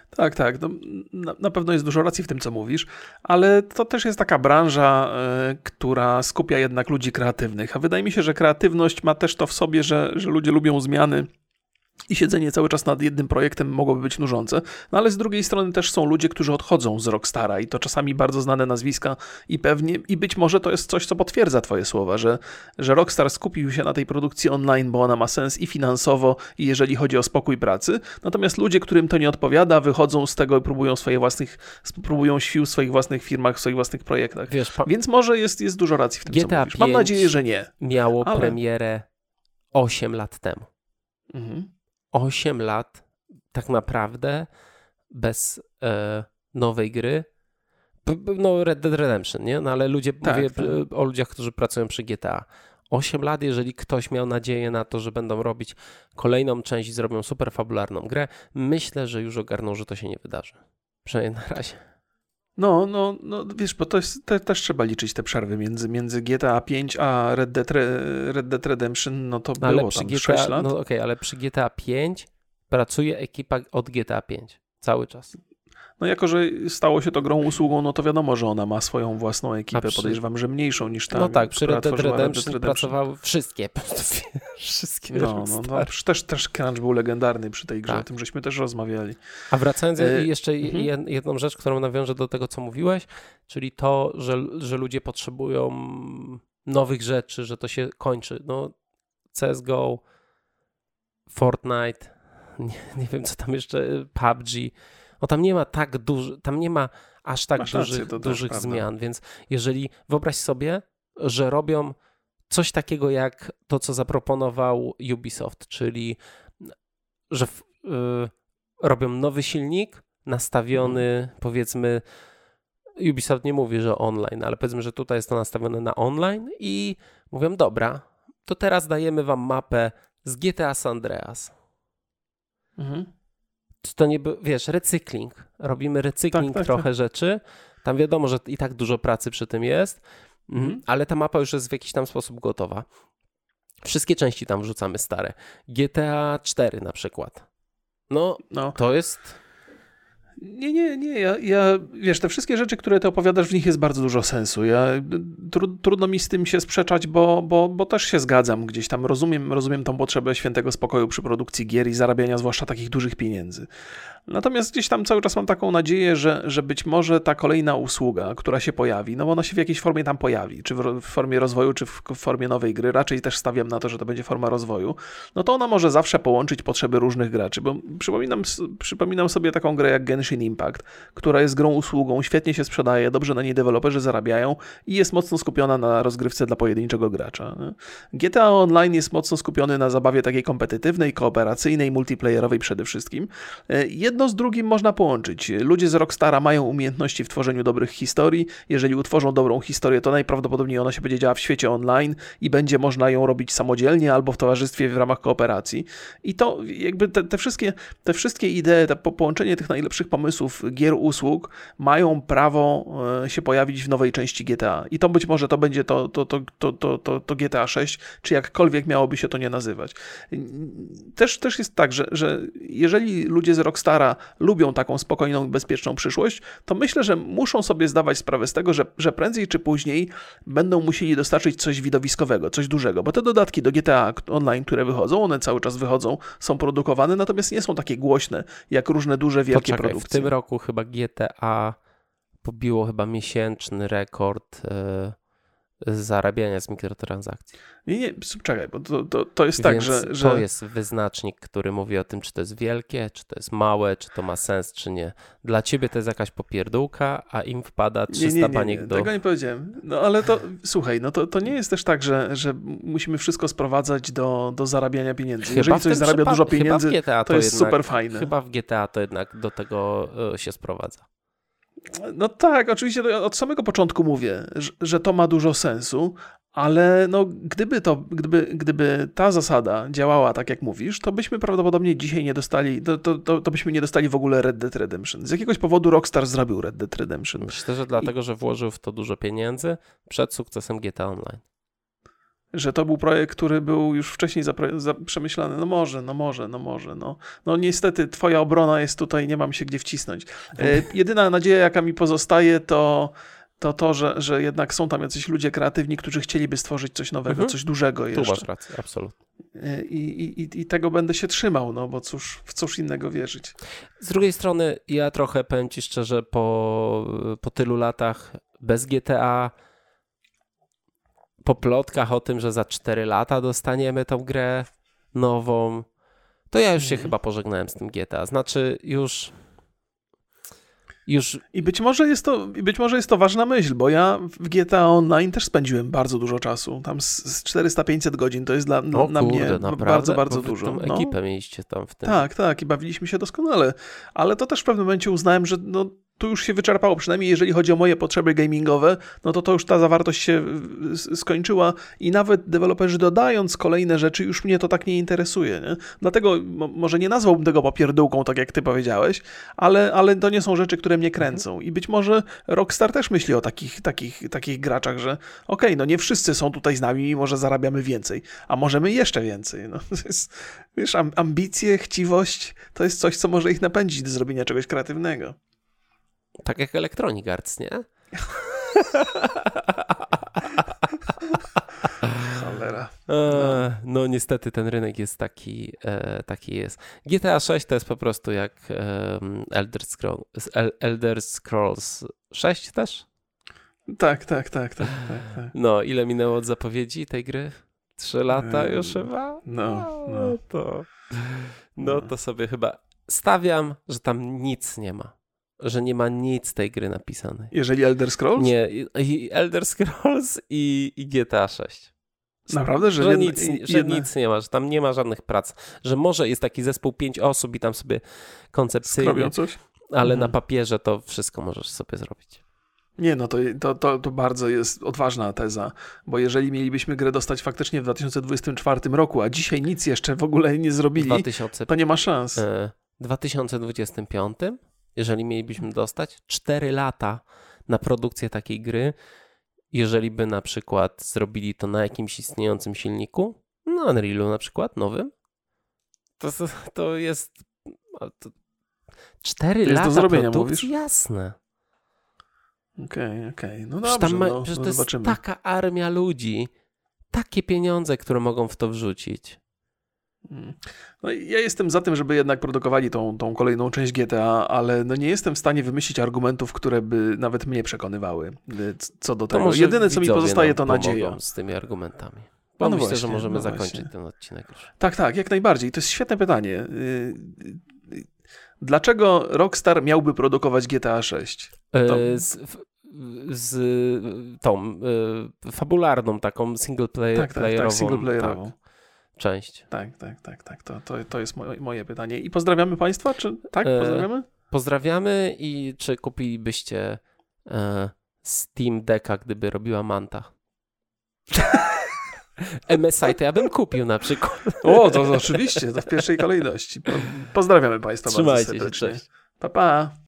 Tak, tak. No, na, na pewno jest dużo racji w tym, co mówisz, ale to też jest taka branża, y, która skupia jednak ludzi kreatywnych, a wydaje mi się, że kreatywność ma też to w sobie, że, że ludzie lubią zmiany i siedzenie cały czas nad jednym projektem mogłoby być nużące, no ale z drugiej strony też są ludzie, którzy odchodzą z Rockstara i to czasami bardzo znane nazwiska i pewnie, i być może to jest coś, co potwierdza twoje słowa, że, że Rockstar skupił się na tej produkcji online, bo ona ma sens i finansowo, i jeżeli chodzi o spokój pracy, natomiast ludzie, którym to nie odpowiada, wychodzą z tego i próbują swoje własnych, próbują sił w swoich własnych firmach, w swoich własnych projektach. Wiesz, pa... Więc może jest, jest dużo racji w tym, G T A co mówisz. Mam nadzieję, że nie. Miało ale... premierę osiem lat temu. Mhm. osiem lat tak naprawdę bez e, nowej gry. No Red Dead Redemption, nie? No ale ludzie, tak, mówię tak. o ludziach, którzy pracują przy G T A. osiem lat, jeżeli ktoś miał nadzieję na to, że będą robić kolejną część i zrobią super fabularną grę, myślę, że już ogarną, że to się nie wydarzy. Przynajmniej na razie. No, no, no wiesz, bo to jest, te, też trzeba liczyć te przerwy między, między G T A pięć a Red Dead, Red Dead Redemption, no to ale było przy tam G T A, sześć lat. No okej, okay, ale przy G T A pięć pracuje ekipa od G T A pięć cały czas. No jako, że stało się to grą usługą, no to wiadomo, że ona ma swoją własną ekipę, przy... podejrzewam, że mniejszą niż ta, no tak, przy Red Dead Redemption, Red Dead Redemption pracowały wszystkie, po prostu wszystkie No, no, no też, też Crunch był legendarny przy tej grze, tak. O tym żeśmy też rozmawiali. A wracając e... jeszcze mhm. jedną rzecz, którą nawiążę do tego, co mówiłeś, czyli to, że, że ludzie potrzebują nowych rzeczy, że to się kończy. No C S G O, Fortnite, nie, nie wiem co tam jeszcze, P U B G. No tam nie ma tak dużo, tam nie ma aż tak Masz dużych, rację, dużych też, zmian, prawda. Więc jeżeli wyobraź sobie, że robią coś takiego jak to, co zaproponował Ubisoft, czyli że w, y, robią nowy silnik nastawiony, hmm. powiedzmy, Ubisoft nie mówi, że online, ale powiedzmy, że tutaj jest to nastawione na online i mówią, dobra, to teraz dajemy wam mapę z G T A San Andreas. Mhm. To nie, wiesz, recykling. Robimy recykling tak, tak, trochę tak. rzeczy. Tam wiadomo, że i tak dużo pracy przy tym jest, mhm. ale ta mapa już jest w jakiś tam sposób gotowa. Wszystkie części tam wrzucamy stare. G T A cztery na przykład. No, no. to jest... Nie, nie, nie. Ja, ja, wiesz, te wszystkie rzeczy, które ty opowiadasz, w nich jest bardzo dużo sensu. Ja, tru, trudno mi z tym się sprzeczać, bo, bo, bo też się zgadzam gdzieś tam. Rozumiem, rozumiem tą potrzebę świętego spokoju przy produkcji gier i zarabiania zwłaszcza takich dużych pieniędzy. Natomiast gdzieś tam cały czas mam taką nadzieję, że, że być może ta kolejna usługa, która się pojawi, no ona się w jakiejś formie tam pojawi, czy w, w formie rozwoju, czy w, w formie nowej gry, raczej też stawiam na to, że to będzie forma rozwoju, no to ona może zawsze połączyć potrzeby różnych graczy, bo przypominam, przypominam sobie taką grę jak Genshin Impact, która jest grą usługą, świetnie się sprzedaje, dobrze na niej deweloperzy zarabiają i jest mocno skupiona na rozgrywce dla pojedynczego gracza. G T A Online jest mocno skupiony na zabawie takiej kompetytywnej, kooperacyjnej, multiplayerowej przede wszystkim. Jedno z drugim można połączyć. Ludzie z Rockstara mają umiejętności w tworzeniu dobrych historii. Jeżeli utworzą dobrą historię, to najprawdopodobniej ona się będzie działa w świecie online i będzie można ją robić samodzielnie albo w towarzystwie w ramach kooperacji. I to jakby te, te wszystkie, te wszystkie idee, to połączenie tych najlepszych pomysłów gier, usług mają prawo się pojawić w nowej części G T A. I to być może to będzie to, to, to, to, to, to, to G T A sześć, czy jakkolwiek miałoby się to nie nazywać. Też, też jest tak, że, że jeżeli ludzie z Rockstara lubią taką spokojną i bezpieczną przyszłość, to myślę, że muszą sobie zdawać sprawę z tego, że, że prędzej czy później będą musieli dostarczyć coś widowiskowego, coś dużego, bo te dodatki do G T A Online, które wychodzą, one cały czas wychodzą, są produkowane, natomiast nie są takie głośne, jak różne duże, wielkie Poczekaj, produkcje. W tym roku chyba G T A pobiło chyba miesięczny rekord yy, zarabiania z mikrotransakcji. Nie, nie, czekaj, bo to, to, to jest Więc tak, że, że... to jest wyznacznik, który mówi o tym, czy to jest wielkie, czy to jest małe, czy to ma sens, czy nie. Dla ciebie to jest jakaś popierdółka, a im wpada trzysta nie, nie, nie, baniek nie, do... Tego nie powiedziałem. No ale to, słuchaj, no to, to nie jest też tak, że, że musimy wszystko sprowadzać do, do zarabiania pieniędzy. Chyba Jeżeli coś zarabia dużo pieniędzy, G T A to, to jest jednak, super fajne. Chyba w G T A to jednak do tego się sprowadza. No tak, oczywiście od samego początku mówię, że, że to ma dużo sensu, ale no, gdyby, to, gdyby, gdyby ta zasada działała tak, jak mówisz, to byśmy prawdopodobnie dzisiaj nie dostali, to, to, to, to byśmy nie dostali w ogóle Red Dead Redemption. Z jakiegoś powodu Rockstar zrobił Red Dead Redemption. Myślę, że dlatego, I... że włożył w to dużo pieniędzy przed sukcesem G T A Online. że to był projekt, który był już wcześniej zapre- za- przemyślany. No może, no może, no może. No. no niestety twoja obrona jest tutaj, nie mam się gdzie wcisnąć. E, jedyna nadzieja, jaka mi pozostaje, to to, to że, że jednak są tam jacyś ludzie kreatywni, którzy chcieliby stworzyć coś nowego, mhm. coś dużego jeszcze. Tu masz rację, absolutnie. I, i, I tego będę się trzymał, no bo cóż, w cóż innego wierzyć. Z drugiej strony ja trochę, powiem ci szczerze, po, po tylu latach bez G T A, po plotkach o tym, że za cztery lata dostaniemy tą grę nową, to ja już się mhm. chyba pożegnałem z tym G T A. Znaczy już... Już... I być może jest to, być może jest to ważna myśl, bo ja w G T A Online też spędziłem bardzo dużo czasu. Tam z, z czterysta pięćset godzin to jest dla, na, o, na kurde, mnie naprawdę? bardzo, bardzo bo dużo. Tą no. ekipę mieliście tam w tym. Tak, tak i bawiliśmy się doskonale, ale to też w pewnym momencie uznałem, że no, tu już się wyczerpało, przynajmniej jeżeli chodzi o moje potrzeby gamingowe, no to to już ta zawartość się skończyła i nawet deweloperzy dodając kolejne rzeczy, już mnie to tak nie interesuje. Nie? Dlatego mo- może nie nazwałbym tego popierdółką, tak jak ty powiedziałeś, ale, ale to nie są rzeczy, które mnie kręcą. Mhm. I być może Rockstar też myśli o takich, takich, takich graczach, że okej, okay, no nie wszyscy są tutaj z nami, może zarabiamy więcej, a możemy jeszcze więcej. No, to jest, wiesz, ambicje, chciwość, to jest coś, co może ich napędzić do zrobienia czegoś kreatywnego. Tak jak Electronic Arts, nie? Cholera. No. E, no niestety ten rynek jest taki, e, taki jest. G T A sześć to jest po prostu jak e, Elder, Scroll, Elder Scrolls sześć też? Tak, tak, tak, tak, tak, tak. No, ile minęło od zapowiedzi tej gry? Trzy lata e, już chyba? No, no. To, no to sobie chyba stawiam, że tam nic nie ma. Że nie ma nic tej gry napisanej. Jeżeli Elder Scrolls? Nie, i Elder Scrolls i, i G T A sześć. Naprawdę? Że, że, jedna, nic, że jedna... nic nie ma, że tam nie ma żadnych prac. Że może jest taki zespół pięć osób i tam sobie koncepcyjnie, robią coś? ale mhm. na Mhm. papierze to wszystko możesz sobie zrobić. Nie, no to, to, to, to bardzo jest odważna teza, bo jeżeli mielibyśmy grę dostać faktycznie w dwa tysiące dwudziestym czwartym roku, a dzisiaj nic jeszcze w ogóle nie zrobili, dwa tysiące... to nie ma szans. W dwa tysiące dwudziestym piątym jeżeli mielibyśmy dostać cztery lata na produkcję takiej gry, jeżeli by na przykład zrobili to na jakimś istniejącym silniku, na Unrealu na przykład, nowym, to, to jest to cztery to lata jest do zrobienia, produkcji, mówisz? Jasne. Okej, okay, okej. Okay. No dobrze, tam ma, no, przecież to zobaczymy. jest taka armia ludzi, takie pieniądze, które mogą w to wrzucić. No ja jestem za tym, żeby jednak produkowali tą, tą kolejną część G T A, ale no nie jestem w stanie wymyślić argumentów, które by nawet mnie przekonywały co do tego. Jedyne, co mi pozostaje, to nadzieja. Z tymi argumentami. Bo no myślę, właśnie, że możemy no zakończyć właśnie. ten odcinek już. Tak, tak, jak najbardziej. To jest świetne pytanie. Dlaczego Rockstar miałby produkować G T A sześć? To... Z, z tą y, fabularną, taką single play, tak, tak, playerową. Tak, single playerową. Tak. Część. Tak, tak, tak, tak. To, to, to jest moje, moje pytanie. I pozdrawiamy Państwa? Czy tak? Pozdrawiamy? E, pozdrawiamy i czy kupilibyście e, Steam Decka, gdyby robiła Manta? M S I to ja bym kupił na przykład. O, to, to oczywiście, to w pierwszej kolejności. Po, pozdrawiamy Państwa Trzymajcie bardzo serdecznie. Się, cześć. Pa, pa.